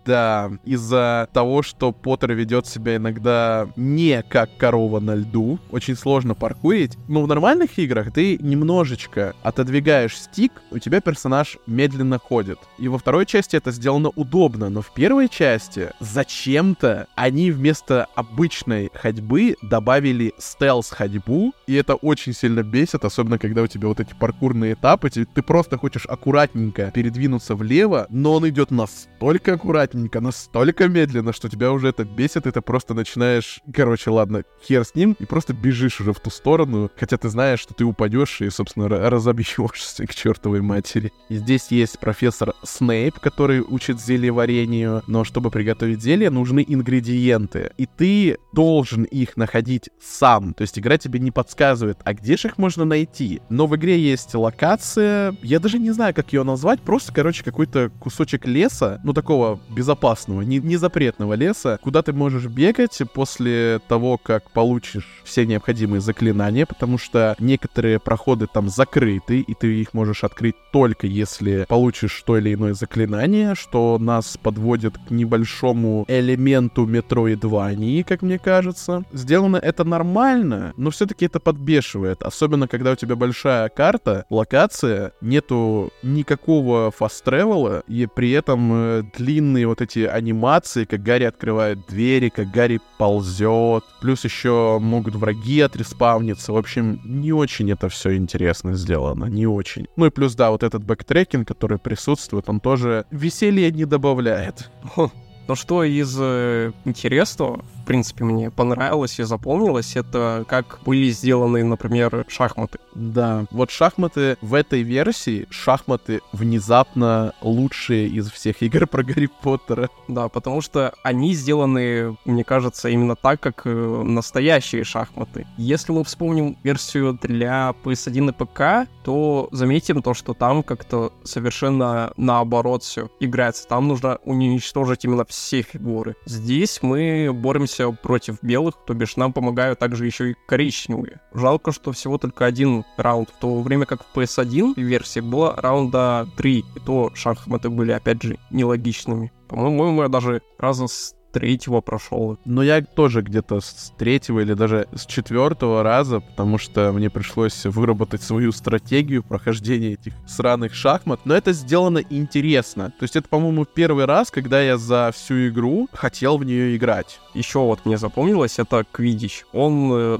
Да, из-за того, что Поттер ведет себя иногда не как корова на льду, очень сложно паркурить. Но в нормальных играх ты немножечко отодвигаешь стик, у тебя персонаж медленно ходит. И во второй части это сделано удобно, но в первой части зачем-то они вместо обычной ходьбы добавили стелс-ходьбу, и это очень сильно бесит, особенно когда у тебя вот эти паркурные этапы, ты просто хочешь аккуратненько передвинуться влево, но он идет настолько аккуратненько, настолько медленно, что тебя уже это бесит, и ты просто начинаешь, короче, ладно, хер с ним, и просто бежишь уже в ту сторону, хотя ты знаешь, что ты упадешь и, собственно, разобьешься к чертовой матери. И здесь есть профессор Снейп, который учит зельеварению, но чтобы приготовить зелье, нужны ингредиенты, и ты должен их находить сам, то есть игра тебе не подсказывает, а где же их можно найти. Но в игре есть локация, я даже не знаю, как ее назвать, просто, короче, какой-то кусочек леса, ну, такого безопасного, не запретного леса, куда ты можешь бегать после того, как получишь все необходимые заклинания, потому что некоторые проходы там закрыты, и ты их можешь открыть только если получишь то или иное заклинание, что нас подводит к небольшому элементу метроидвании, как мне кажется. Сделано это нормально, но все-таки это подбешивает, особенно когда у тебя большая карта, локация, нету никакого фаст-тревела, и при этом длинные вот эти анимации, как Гарри открывает двери, как Гарри ползет, плюс еще могут враги отреспавниться. В общем, не очень это все интересно сделано, не очень. Ну и плюс, да, вот этот бэктрекинг, который присутствует, он тоже веселья не добавляет. Но что из интересного, в принципе, мне понравилось и запомнилось, это как были сделаны, например, шахматы. Да, вот шахматы в этой версии, шахматы внезапно лучшие из всех игр про Гарри Поттера. Да, потому что они сделаны, мне кажется, именно так, как настоящие шахматы. Если мы вспомним версию для PS1 и ПК, то заметим то, что там как-то совершенно наоборот все играется. Там нужно уничтожить именно все фигуры. Здесь мы боремся против белых, то бишь нам помогают также еще и коричневые. Жалко, что всего только один раунд, в то время как в PS1 версии было раунда 3, и то шахматы были, опять же, нелогичными. По-моему, я даже раза с третьего прошел. Но я тоже где-то с третьего или даже с четвертого раза, потому что мне пришлось выработать свою стратегию прохождения этих сраных шахмат. Но это сделано интересно. То есть это, по-моему, первый раз, когда я за всю игру хотел в нее играть. Еще вот мне запомнилось, это Квиддич. Он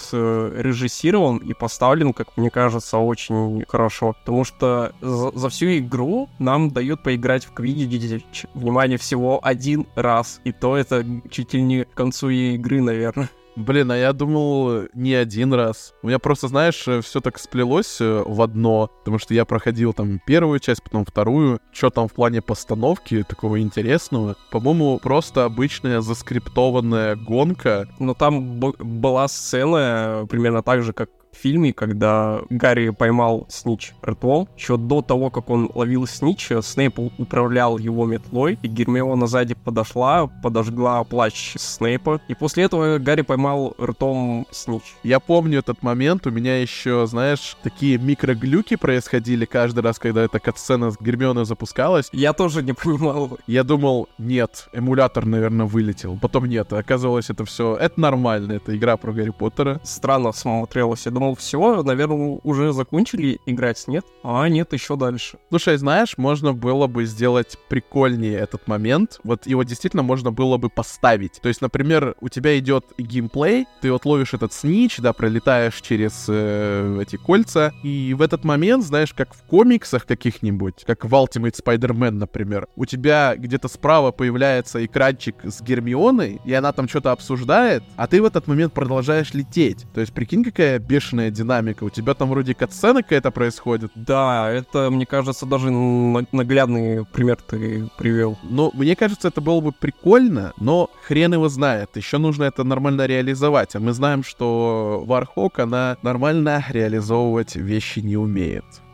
режиссирован и поставлен, как мне кажется, очень хорошо. Потому что за всю игру нам дают поиграть в Квиддич, внимание, всего один раз. И то это чуть ли не к концу игры, наверное. Блин, а я думал не один раз. У меня просто, знаешь, все так сплелось в одно, потому что я проходил там первую часть, потом вторую. Что там в плане постановки такого интересного? По-моему, просто обычная заскриптованная гонка. Но там была сцена примерно так же, как в фильме, когда Гарри поймал Снитч ртом. Еще до того, как он ловил Снитча, Снейп управлял его метлой, и Гермиона сзади подошла, подожгла плащ Снейпа, и после этого Гарри поймал ртом Снитч. Я помню этот момент, у меня еще, знаешь, такие микроглюки происходили каждый раз, когда эта катсцена с Гермионой запускалась. Я тоже не понимал. Я думал, нет, эмулятор, наверное, вылетел. Потом нет, оказывалось, это все, это нормально, это игра про Гарри Поттера. Странно смотрелось, я думал, все, наверное, уже закончили играть, нет? А нет, еще дальше. Слушай, знаешь, можно было бы сделать прикольнее этот момент. Вот его действительно можно было бы поставить. То есть, например, у тебя идет геймплей, ты вот ловишь этот снич, да, пролетаешь через эти кольца, и в этот момент, знаешь, как в комиксах каких-нибудь, как в Ultimate Spider-Man, например, у тебя где-то справа появляется экранчик с Гермионой, и она там что-то обсуждает, а ты в этот момент продолжаешь лететь. То есть, прикинь, какая бешеная динамика. У тебя там вроде катсцена какая-то происходит. Да, это, мне кажется, даже наглядный пример ты привел. Ну, мне кажется, это было бы прикольно, но хрен его знает. Еще нужно это нормально реализовать. А мы знаем, что Warhawk, она нормально реализовывать вещи не умеет.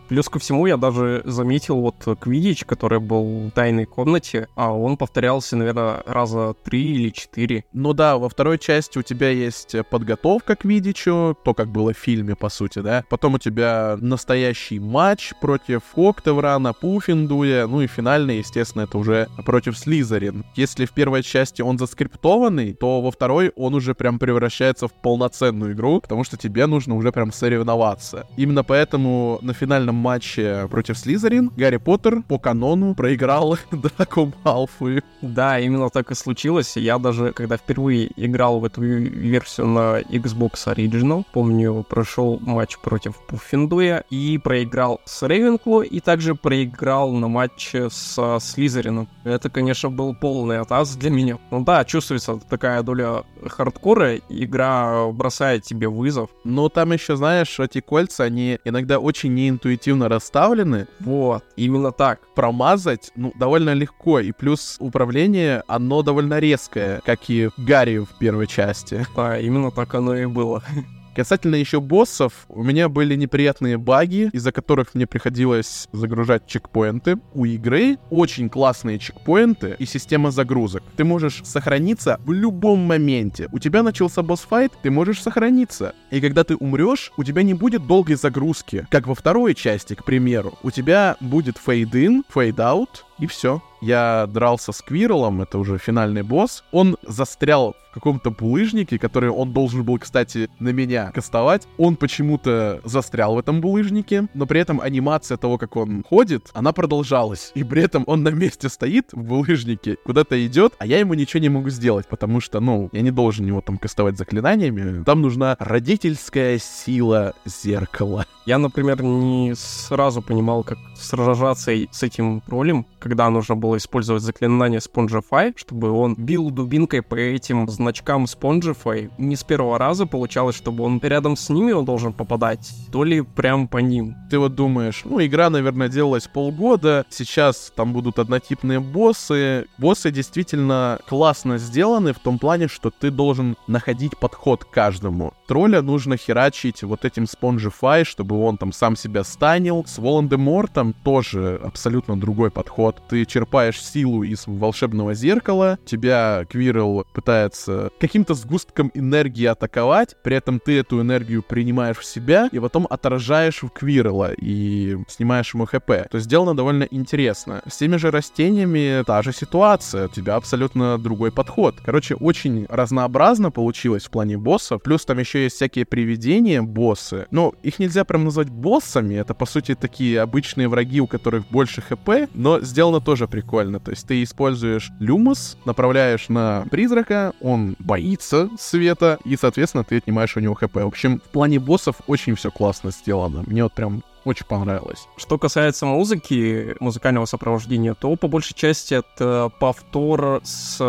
Плюс ко всему, я даже заметил вот Квиддич, который был в тайной комнате, а он повторялся, наверное, раза 3 или 4. Ну да, во второй части у тебя есть подготовка к Квиддичу, то, как было в фильме, по сути, да. Потом у тебя настоящий матч против Октаврана, Пуффендуя, ну и финальный, естественно, это уже против Слизерин. Если в первой части он заскриптованный, то во второй он уже прям превращается в полноценную игру, потому что тебе нужно уже прям соревноваться. Именно поэтому на финальном матче против Слизерин Гарри Поттер по канону проиграл Драко Малфою. Да, именно так и случилось. Я даже, когда впервые играл в эту версию на Xbox Original, помню, прошел матч против Пуффендуя и проиграл с Рейвенкло, и также проиграл на матче с Слизерином. Это, конечно, был полный атас для меня. Ну да, чувствуется такая доля хардкора, игра бросает тебе вызов. Но там еще, знаешь, эти кольца, они иногда очень неинтуитивно расставлены. Вот, именно так. Промазать, ну, довольно легко, и плюс управление, оно довольно резкое, как и Гарри в первой части. Да, именно так оно и было. Касательно еще боссов, у меня были неприятные баги, из-за которых мне приходилось загружать чекпоинты. У игры очень классные чекпоинты и система загрузок. Ты можешь сохраниться в любом моменте. У тебя начался босс-файт, ты можешь сохраниться. И когда ты умрешь, у тебя не будет долгой загрузки, как во второй части, к примеру. У тебя будет фейд-ин, фейд-аут, и все. Я дрался с Квирлом, это уже финальный босс. Он застрял в каком-то булыжнике, который он должен был, кстати, на меня кастовать. Он почему-то застрял в этом булыжнике, но при этом анимация того, как он ходит, она продолжалась. И при этом он на месте стоит в булыжнике, куда-то идет, а я ему ничего не могу сделать, потому что, ну, я не должен его там кастовать заклинаниями. Там нужна родительская сила зеркала. Я, например, не сразу понимал, как сражаться с этим троллем, когда нужно было использовать заклинание Spongify, чтобы он бил дубинкой по этим значкам Spongify. Не с первого раза получалось, чтобы он рядом с ними он должен попадать, то ли прям по ним. Ты вот думаешь, ну, игра, наверное, делалась полгода, сейчас там будут однотипные боссы. Боссы действительно классно сделаны в том плане, что ты должен находить подход к каждому. Тролля нужно херачить вот этим Spongify, чтобы он там сам себя станил. С Волан-де-Мортом тоже абсолютно другой подход. Ты черпаешь силу из волшебного зеркала, тебя Квирл пытается каким-то сгустком энергии атаковать, при этом ты эту энергию принимаешь в себя и потом отражаешь в Квирла и снимаешь ему хп. То есть сделано довольно интересно. С теми же растениями та же ситуация, у тебя абсолютно другой подход. Короче, очень разнообразно получилось в плане боссов, плюс там еще есть всякие привидения, боссы. Но их нельзя прям назвать боссами, это по сути такие обычные враги, у которых больше хп, но сделано тоже прикольно. То есть ты используешь люмус, направляешь на призрака, он боится света, и, соответственно, ты отнимаешь у него хп. В общем, в плане боссов очень все классно сделано. Мне вот прям очень понравилось. Что касается музыки, музыкального сопровождения, то по большей части это повтор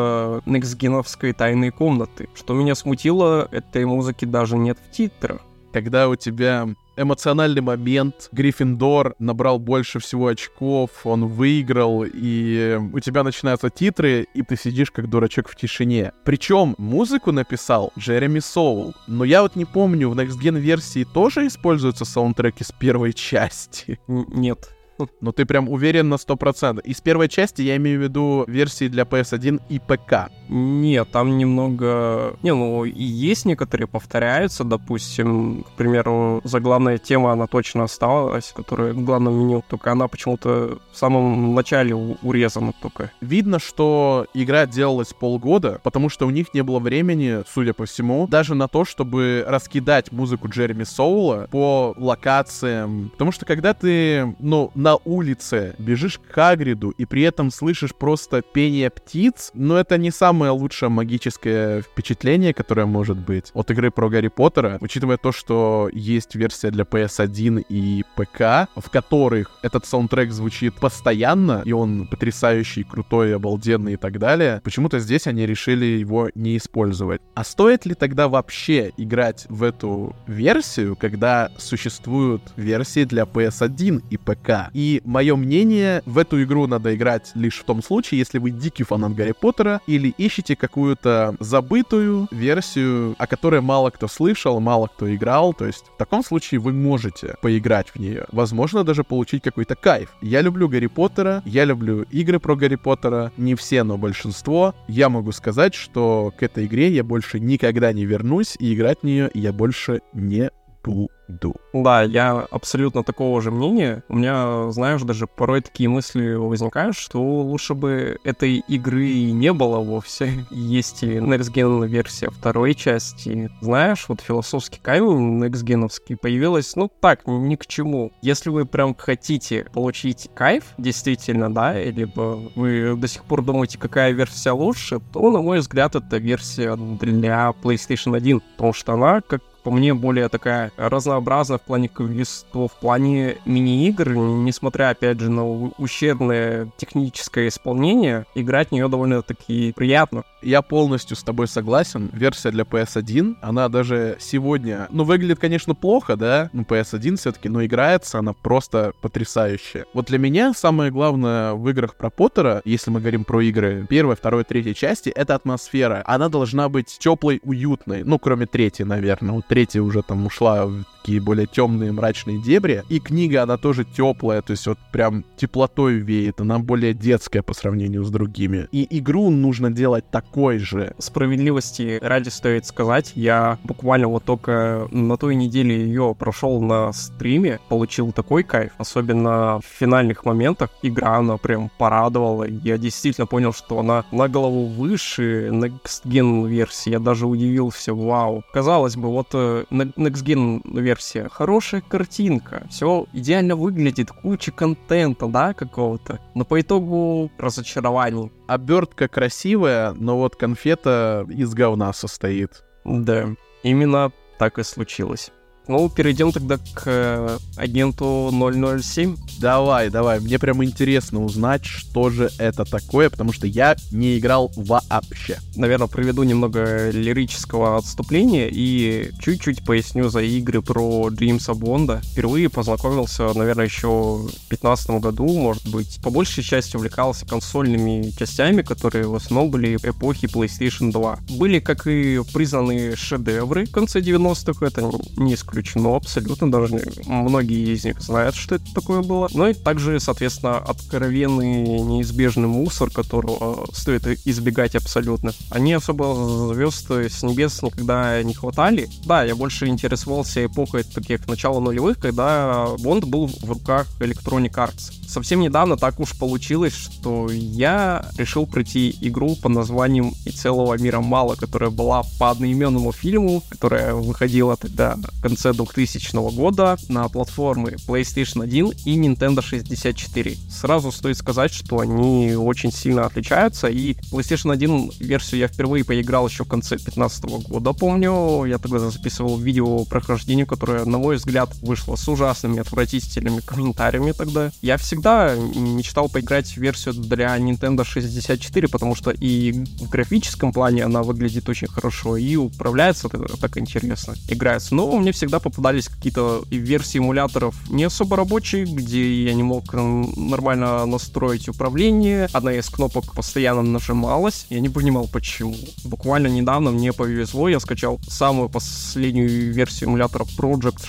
с некстгеновской тайной комнаты. Что меня смутило, этой музыки даже нет в титрах. Когда у тебя эмоциональный момент, Гриффиндор набрал больше всего очков, он выиграл, и у тебя начинаются титры, и ты сидишь как дурачок в тишине. Причем музыку написал Джереми Соул. Но я вот не помню, в Next Gen версии тоже используются саундтреки с первой части? Нет. Но ты прям уверен на 100%. Из первой части я имею в виду версии для PS1 и ПК. Нет, там немного... и есть некоторые повторяются, допустим, к примеру, заглавная тема, она точно осталась, которая в главном меню, только она почему-то в самом начале урезана только. Видно, что игра делалась полгода, потому что у них не было времени, судя по всему, даже на то, чтобы раскидать музыку Джереми Соула по локациям. Потому что когда ты, на улице бежишь к Хагриду и при этом слышишь просто пение птиц, это не самое лучшее магическое впечатление, которое может быть от игры про Гарри Поттера, учитывая то, что есть версия для PS1 и ПК, в которых этот саундтрек звучит постоянно, и он потрясающий, крутой, обалденный и так далее. Почему-то здесь они решили его не использовать. А стоит ли тогда вообще играть в эту версию, когда существуют версии для PS1 и ПК? И мое мнение, в эту игру надо играть лишь в том случае, если вы дикий фанат Гарри Поттера или ищете какую-то забытую версию, о которой мало кто слышал, мало кто играл. То есть в таком случае вы можете поиграть в нее. Возможно, даже получить какой-то кайф. Я люблю Гарри Поттера, я люблю игры про Гарри Поттера. Не все, но большинство. Я могу сказать, что к этой игре я больше никогда не вернусь, и играть в нее я больше не буду. Да, я абсолютно такого же мнения. У меня, знаешь, даже порой такие мысли возникают, что лучше бы этой игры и не было вовсе. Есть и Next Gen версия второй части. Знаешь, вот философский камень Next Gen'овский появилась, ну так, ни к чему. Если вы прям хотите получить кайф, действительно, да, либо вы до сих пор думаете, какая версия лучше, то, на мой взгляд, это версия для PlayStation 1, потому что она, как по мне, более такая разнообразная в плане количества, в плане мини-игр, несмотря, опять же, на ущербное техническое исполнение, играть в нее довольно-таки приятно. Я полностью с тобой согласен. Версия для PS1, она даже сегодня, выглядит, конечно, плохо, да, PS1 все-таки, но играется она просто потрясающая. Вот для меня самое главное в играх про Поттера, если мы говорим про игры первой, второй, третьей части, это атмосфера. Она должна быть теплой, уютной, кроме третьей, наверное. Вот третья уже там ушла в такие более темные, мрачные дебри. И книга, она тоже теплая, то есть вот прям теплотой веет, она более детская по сравнению с другими. И игру нужно делать такой же. Справедливости ради стоит сказать, я буквально вот только на той неделе ее прошел на стриме, получил такой кайф, особенно в финальных моментах. Игра, она прям порадовала. Я действительно понял, что она на голову выше Next Gen версии. Я даже удивился, вау. Казалось бы, вот Next Gen версия, хорошая картинка, все идеально выглядит, куча контента, да, какого-то, но по итогу разочарование. Обертка красивая, но вот конфета из говна состоит. Да, именно так и случилось. Перейдем тогда к агенту 007. Давай, мне прям интересно узнать, что же это такое, потому что я не играл вообще. Наверное, проведу немного лирического отступления и чуть-чуть поясню за игры про Джеймса Бонда. Впервые познакомился, наверное, еще в 2015 году, может быть. По большей части увлекался консольными частями, которые в основном были эпохи PlayStation 2. Были как и признанные шедевры в конце 90-х, это не исключено. Абсолютно, даже многие из них знают, что это такое было. Но и также, соответственно, откровенный неизбежный мусор, которого стоит избегать абсолютно. Они особо звезд с небес никогда не хватали. Да, я больше интересовался эпохой таких начала нулевых, когда Бонд был в руках Electronic Arts. Совсем недавно так уж получилось, что я решил пройти игру под названием «И целого мира мало», которая была по одноименному фильму, которая выходила тогда в конце 2000 года на платформы PlayStation 1 и Nintendo 64. Сразу стоит сказать, что они очень сильно отличаются, и PlayStation 1 версию я впервые поиграл еще в конце 2015 года, помню. Я тогда записывал видео прохождения, которое, на мой взгляд, вышло с ужасными, отвратительными комментариями тогда. Я всегда мечтал поиграть в версию для Nintendo 64, потому что и в графическом плане она выглядит очень хорошо, и управляется так интересно, играется. Но мне всегда попадались какие-то версии эмуляторов не особо рабочие, где я не мог нормально настроить управление. Одна из кнопок постоянно нажималась. Я не понимал, почему. Буквально недавно мне повезло, я скачал самую последнюю версию эмулятора Project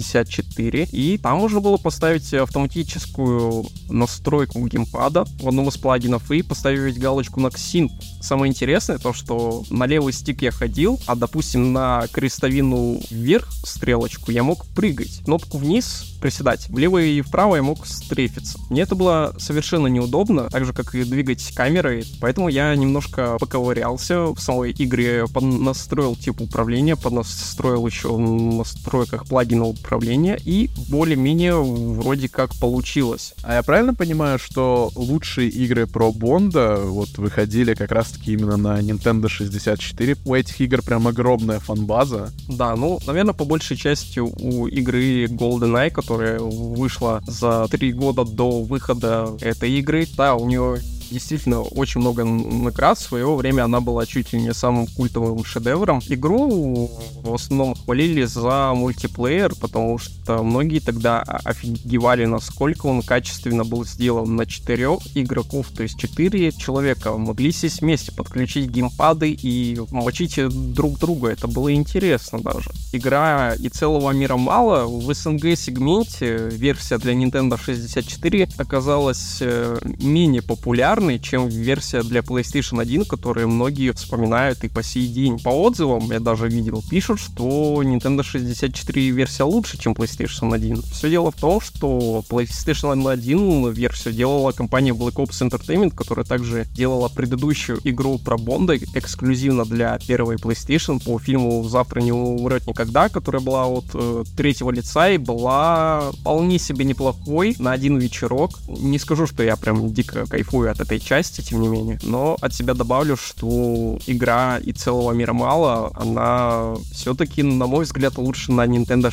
64, и там можно было поставить автоматическую настройку геймпада в одном из плагинов и поставить галочку на Xyn. Самое интересное то, что на левый стик я ходил, а, допустим, на крестовину вверх стрелочку я мог прыгать, кнопку вниз приседать, влево и вправо я мог стрейфиться. Мне это было совершенно неудобно, так же, как и двигать камерой, поэтому я немножко поковырялся в самой игре, поднастроил тип управления, поднастроил еще в настройках плагина управления, и более-менее вроде как получилось. А я правильно понимаю, что лучшие игры про Бонда вот выходили как раз-таки именно на Nintendo 64? У этих игр прям огромная фан-база. Да, наверное, по большей части у игры GoldenEye, которая вышла за 3 года до выхода этой игры, да, у нее действительно очень много наград. В свое время она была чуть ли не самым культовым шедевром. Игру в основном хвалили за мультиплеер, потому что многие тогда офигевали, насколько он качественно был сделан на 4 игроков, то есть 4 человека могли сесть вместе, подключить геймпады и мочить друг друга. Это было интересно даже. Игра «И целого мира мало» в СНГ-сегменте версия для Nintendo 64 оказалась менее популярной, чем версия для PlayStation 1, которую многие вспоминают и по сей день. По отзывам, я даже видел, пишут, что Nintendo 64 версия лучше, чем PlayStation 1. Все дело в том, что PlayStation 1 версию делала компания Black Ops Entertainment, которая также делала предыдущую игру про Бонда эксклюзивно для первой PlayStation по фильму «Завтра не умрет никогда», которая была от третьего лица и была вполне себе неплохой на один вечерок. Не скажу, что я прям дико кайфую от этой части, тем не менее, но от себя добавлю, что игра «И целого мира мало», она все-таки, на мой взгляд, лучше на Nintendo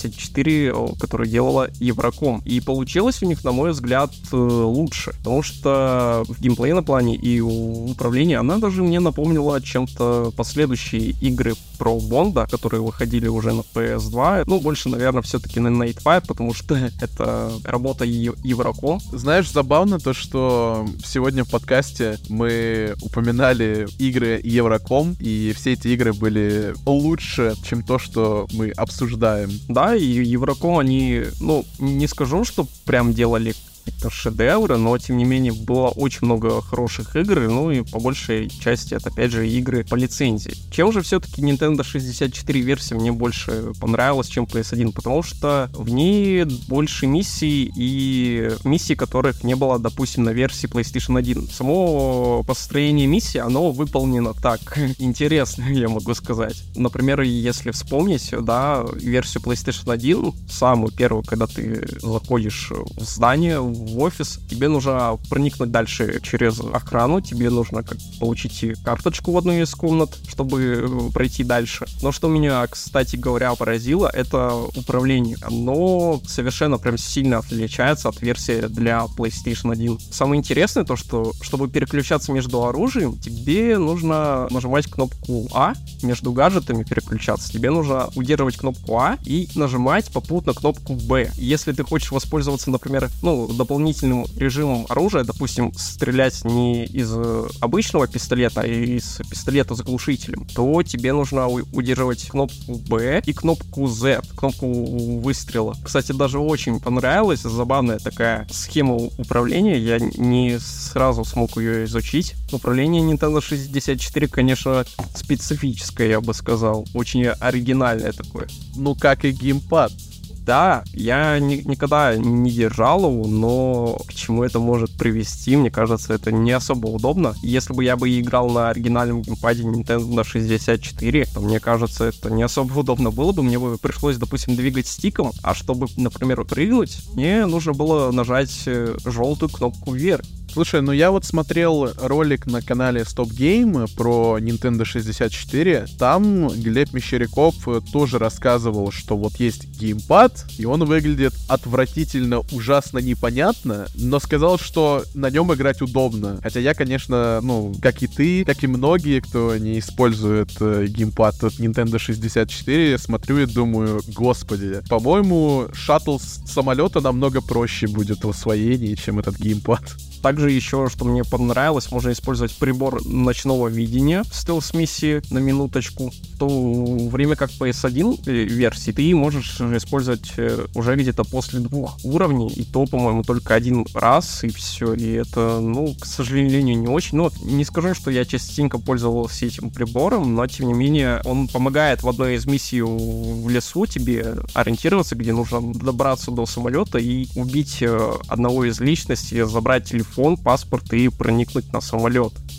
64, которую делала Евроком. И получилось у них, на мой взгляд, лучше, потому что в геймплейном плане и в управлении она даже мне напомнила чем-то последующие игры про Бонда, которые выходили уже на PS2. Ну, больше, наверное, все-таки на Night Fight, потому что это работа Евроком. Знаешь, забавно то, что сегодня в подкасте мы упоминали игры Евроком, и все эти игры были лучше, чем то, что мы обсуждаем. Да, и Евроком, они, ну, не скажу, что прям делали какие-то шедевры, но, тем не менее, было очень много хороших игр, ну и по большей части это, опять же, игры по лицензии. Чем же все-таки Nintendo 64 версия мне больше понравилась, чем PS1? Потому что в ней больше миссий, и миссий, которых не было, допустим, на версии PlayStation 1. Само построение миссии, оно выполнено так интересно, я могу сказать. Например, если вспомнить, да, версию PlayStation 1, самую первую, когда ты заходишь в здание, в офис, тебе нужно проникнуть дальше через охрану, тебе нужно получить карточку в одной из комнат, чтобы пройти дальше. Но что меня, кстати говоря, поразило, это управление. Оно совершенно прям сильно отличается от версии для PlayStation 1. Самое интересное то, что чтобы переключаться между оружием, тебе нужно нажимать кнопку А, между гаджетами переключаться, тебе нужно удерживать кнопку А и нажимать попутно кнопку Б. Если ты хочешь воспользоваться, например, дополнительным режимом оружия, допустим, стрелять не из обычного пистолета, а из пистолета с глушителем, то тебе нужно удерживать кнопку B и кнопку Z, кнопку выстрела. Кстати, даже очень понравилась, забавная такая схема управления, я не сразу смог ее изучить. Управление Nintendo 64, конечно, специфическое, я бы сказал, очень оригинальное такое. Ну, как и геймпад. Да, я никогда не держал его, но к чему это может привести, мне кажется, это не особо удобно. Если бы я играл на оригинальном геймпаде Nintendo 64, то, мне кажется, это не особо удобно было бы. Мне бы пришлось, допустим, двигать стиком, а чтобы, например, прыгнуть, мне нужно было нажать желтую кнопку вверх. Слушай, ну я вот смотрел ролик на канале Stop Game про Nintendo 64. Там Глеб Мещеряков тоже рассказывал, что вот есть геймпад, и он выглядит отвратительно, ужасно непонятно, но сказал, что на нем играть удобно. Хотя я, конечно, как и ты, как и многие, кто не использует геймпад от Nintendo 64, смотрю и думаю, господи, по-моему, шаттл с самолета намного проще будет в освоении, чем этот геймпад. Также еще, что мне понравилось, можно использовать прибор ночного видения в стелс-миссии на минуточку. В то время как PS1 версии ты можешь использовать уже где-то после 2 уровней, и то, по-моему, только один раз, и все. И это, к сожалению, не очень. Но не скажу, что я частенько пользовался этим прибором, но, тем не менее, он помогает в одной из миссий в лесу тебе ориентироваться, где нужно добраться до самолета и убить одного из личностей, забрать телефон, паспорт и проникнуть на самолет.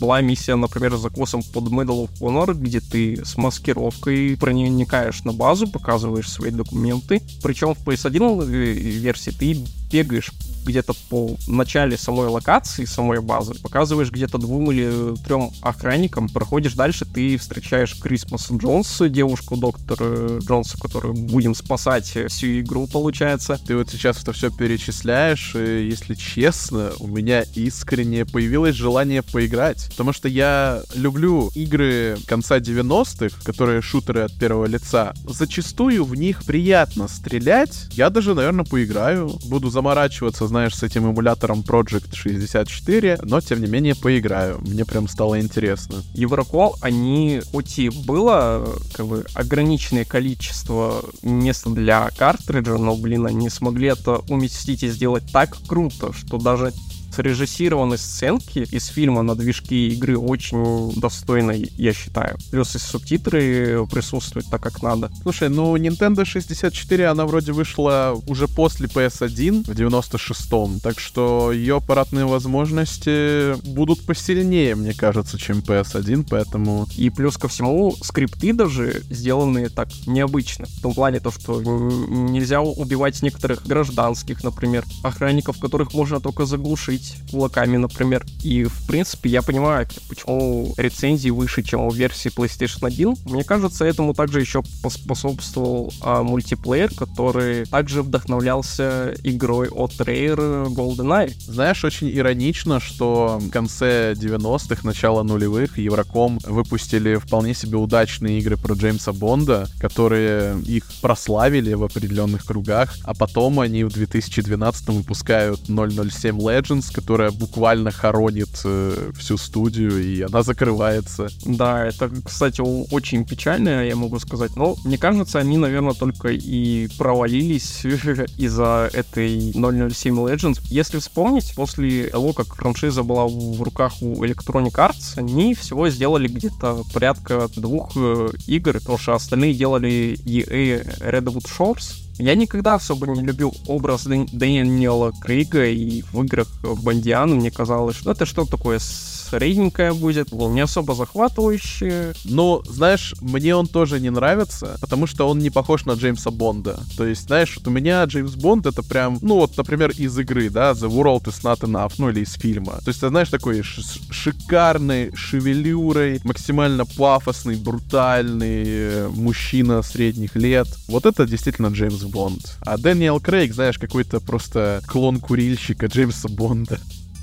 была миссия, например, с закосом под Medal of Honor, где ты с маскировкой проникаешь на базу, показываешь свои документы. Причем в PS1 версии ты бегаешь где-то по начале самой локации, самой базы, показываешь где-то 2 или 3 охранникам, проходишь дальше, ты встречаешь Крисмаса Джонса, девушку доктора Джонса, которую будем спасать всю игру, получается. Ты вот сейчас это все перечисляешь, и, если честно, у меня искренне появилось желание поиграть, потому что я люблю игры конца 90-х, которые шутеры от первого лица. Зачастую в них приятно стрелять. Я даже, наверное, поиграю. Буду заморачиваться, знаешь, с этим эмулятором Project 64, но, тем не менее, поиграю. Мне прям стало интересно. Европол, они, хоть и было, как бы, ограниченное количество места для картриджа, но, блин, они смогли это уместить и сделать так круто, что даже срежиссированные сценки из фильма на движке игры очень достойной, я считаю. Плюс и субтитры присутствуют так, как надо. Слушай, ну Nintendo 64, она вроде вышла уже после PS1 в 96-м, так что ее аппаратные возможности будут посильнее, мне кажется, чем PS1, поэтому... И плюс ко всему, скрипты даже сделаны так необычно. В том плане, то, что нельзя убивать некоторых гражданских, например, охранников, которых можно только заглушить кулаками, например. И, в принципе, я понимаю, почему рецензии выше, чем у версии PlayStation 1. Мне кажется, этому также еще поспособствовал мультиплеер, который также вдохновлялся игрой от Rare GoldenEye. Знаешь, очень иронично, что в конце 90-х, начало нулевых Евроком выпустили вполне себе удачные игры про Джеймса Бонда, которые их прославили в определенных кругах, а потом они в 2012-м выпускают 007 Legends, которая буквально хоронит всю студию, и она закрывается. Да, это, кстати, очень печально, я могу сказать. Но, мне кажется, они, наверное, только и провалились из-за этой 007 Legends. Если вспомнить, после того, как франшиза была в руках у Electronic Arts, они всего сделали где-то порядка 2 игр, потому что остальные делали EA Redwood Shores. Я никогда особо не любил образ Дэниела Крейга, и в играх Бондиана мне казалось, что это что-то такое средненькое будет, не особо захватывающее. Но, знаешь, мне он тоже не нравится, потому что он не похож на Джеймса Бонда. То есть, знаешь, вот у меня Джеймс Бонд это прям, ну вот, например, из игры, да, The World is Not Enough, ну или из фильма. То есть, ты знаешь, такой шикарный, шевелюрой, максимально пафосный, брутальный мужчина средних лет. Вот это действительно Джеймс Бонд. А Дэниел Крейг, знаешь, какой-то просто клон курильщика Джеймса Бонда.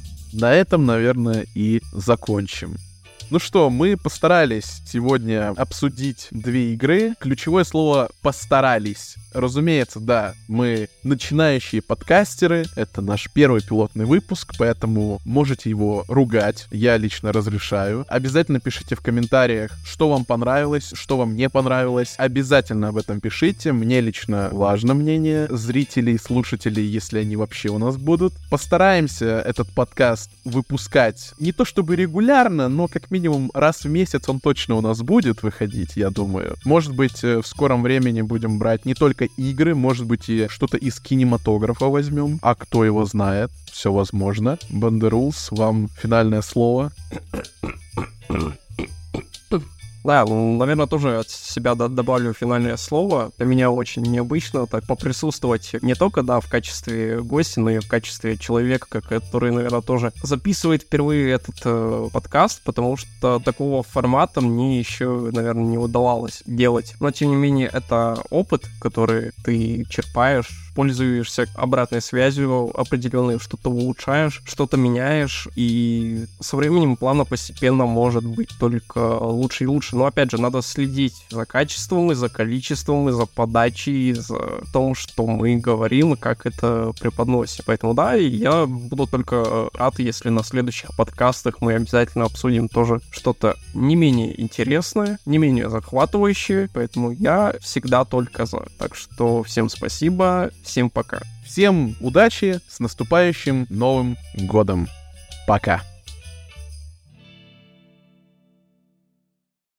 На этом, наверное, и закончим. Ну что, мы постарались сегодня обсудить 2 игры. Ключевое слово «постарались». Разумеется, да, мы начинающие подкастеры, это наш первый пилотный выпуск, поэтому можете его ругать, я лично разрешаю. Обязательно пишите в комментариях, что вам понравилось, что вам не понравилось. Обязательно об этом пишите, мне лично важно мнение зрителей, слушателей, если они вообще у нас будут. Постараемся этот подкаст выпускать не то чтобы регулярно, но как минимум раз в месяц он точно у нас будет выходить, я думаю. Может быть, в скором времени будем брать не только игры, может быть, и что-то из кинематографа возьмем, а кто его знает, все возможно. Бандерулс, вам финальное слово. Да, ну, наверное, тоже от себя добавлю финальное слово. Для меня очень необычно так поприсутствовать не только, да, в качестве гостя, но и в качестве человека, который, наверное, тоже записывает впервые этот подкаст, потому что такого формата мне еще, наверное, не удавалось делать. Но, тем не менее, это опыт, который ты черпаешь, пользуешься обратной связью определенной, что-то улучшаешь, что-то меняешь, и со временем плавно, постепенно может быть только лучше и лучше. Но, опять же, надо следить за качеством, и за количеством, и за подачей, и за том, что мы говорим, и как это преподносим. Поэтому, да, и я буду только рад, если на следующих подкастах мы обязательно обсудим тоже что-то не менее интересное, не менее захватывающее, поэтому я всегда только за. Так что всем спасибо, всем пока. Всем удачи, с наступающим Новым годом. Пока.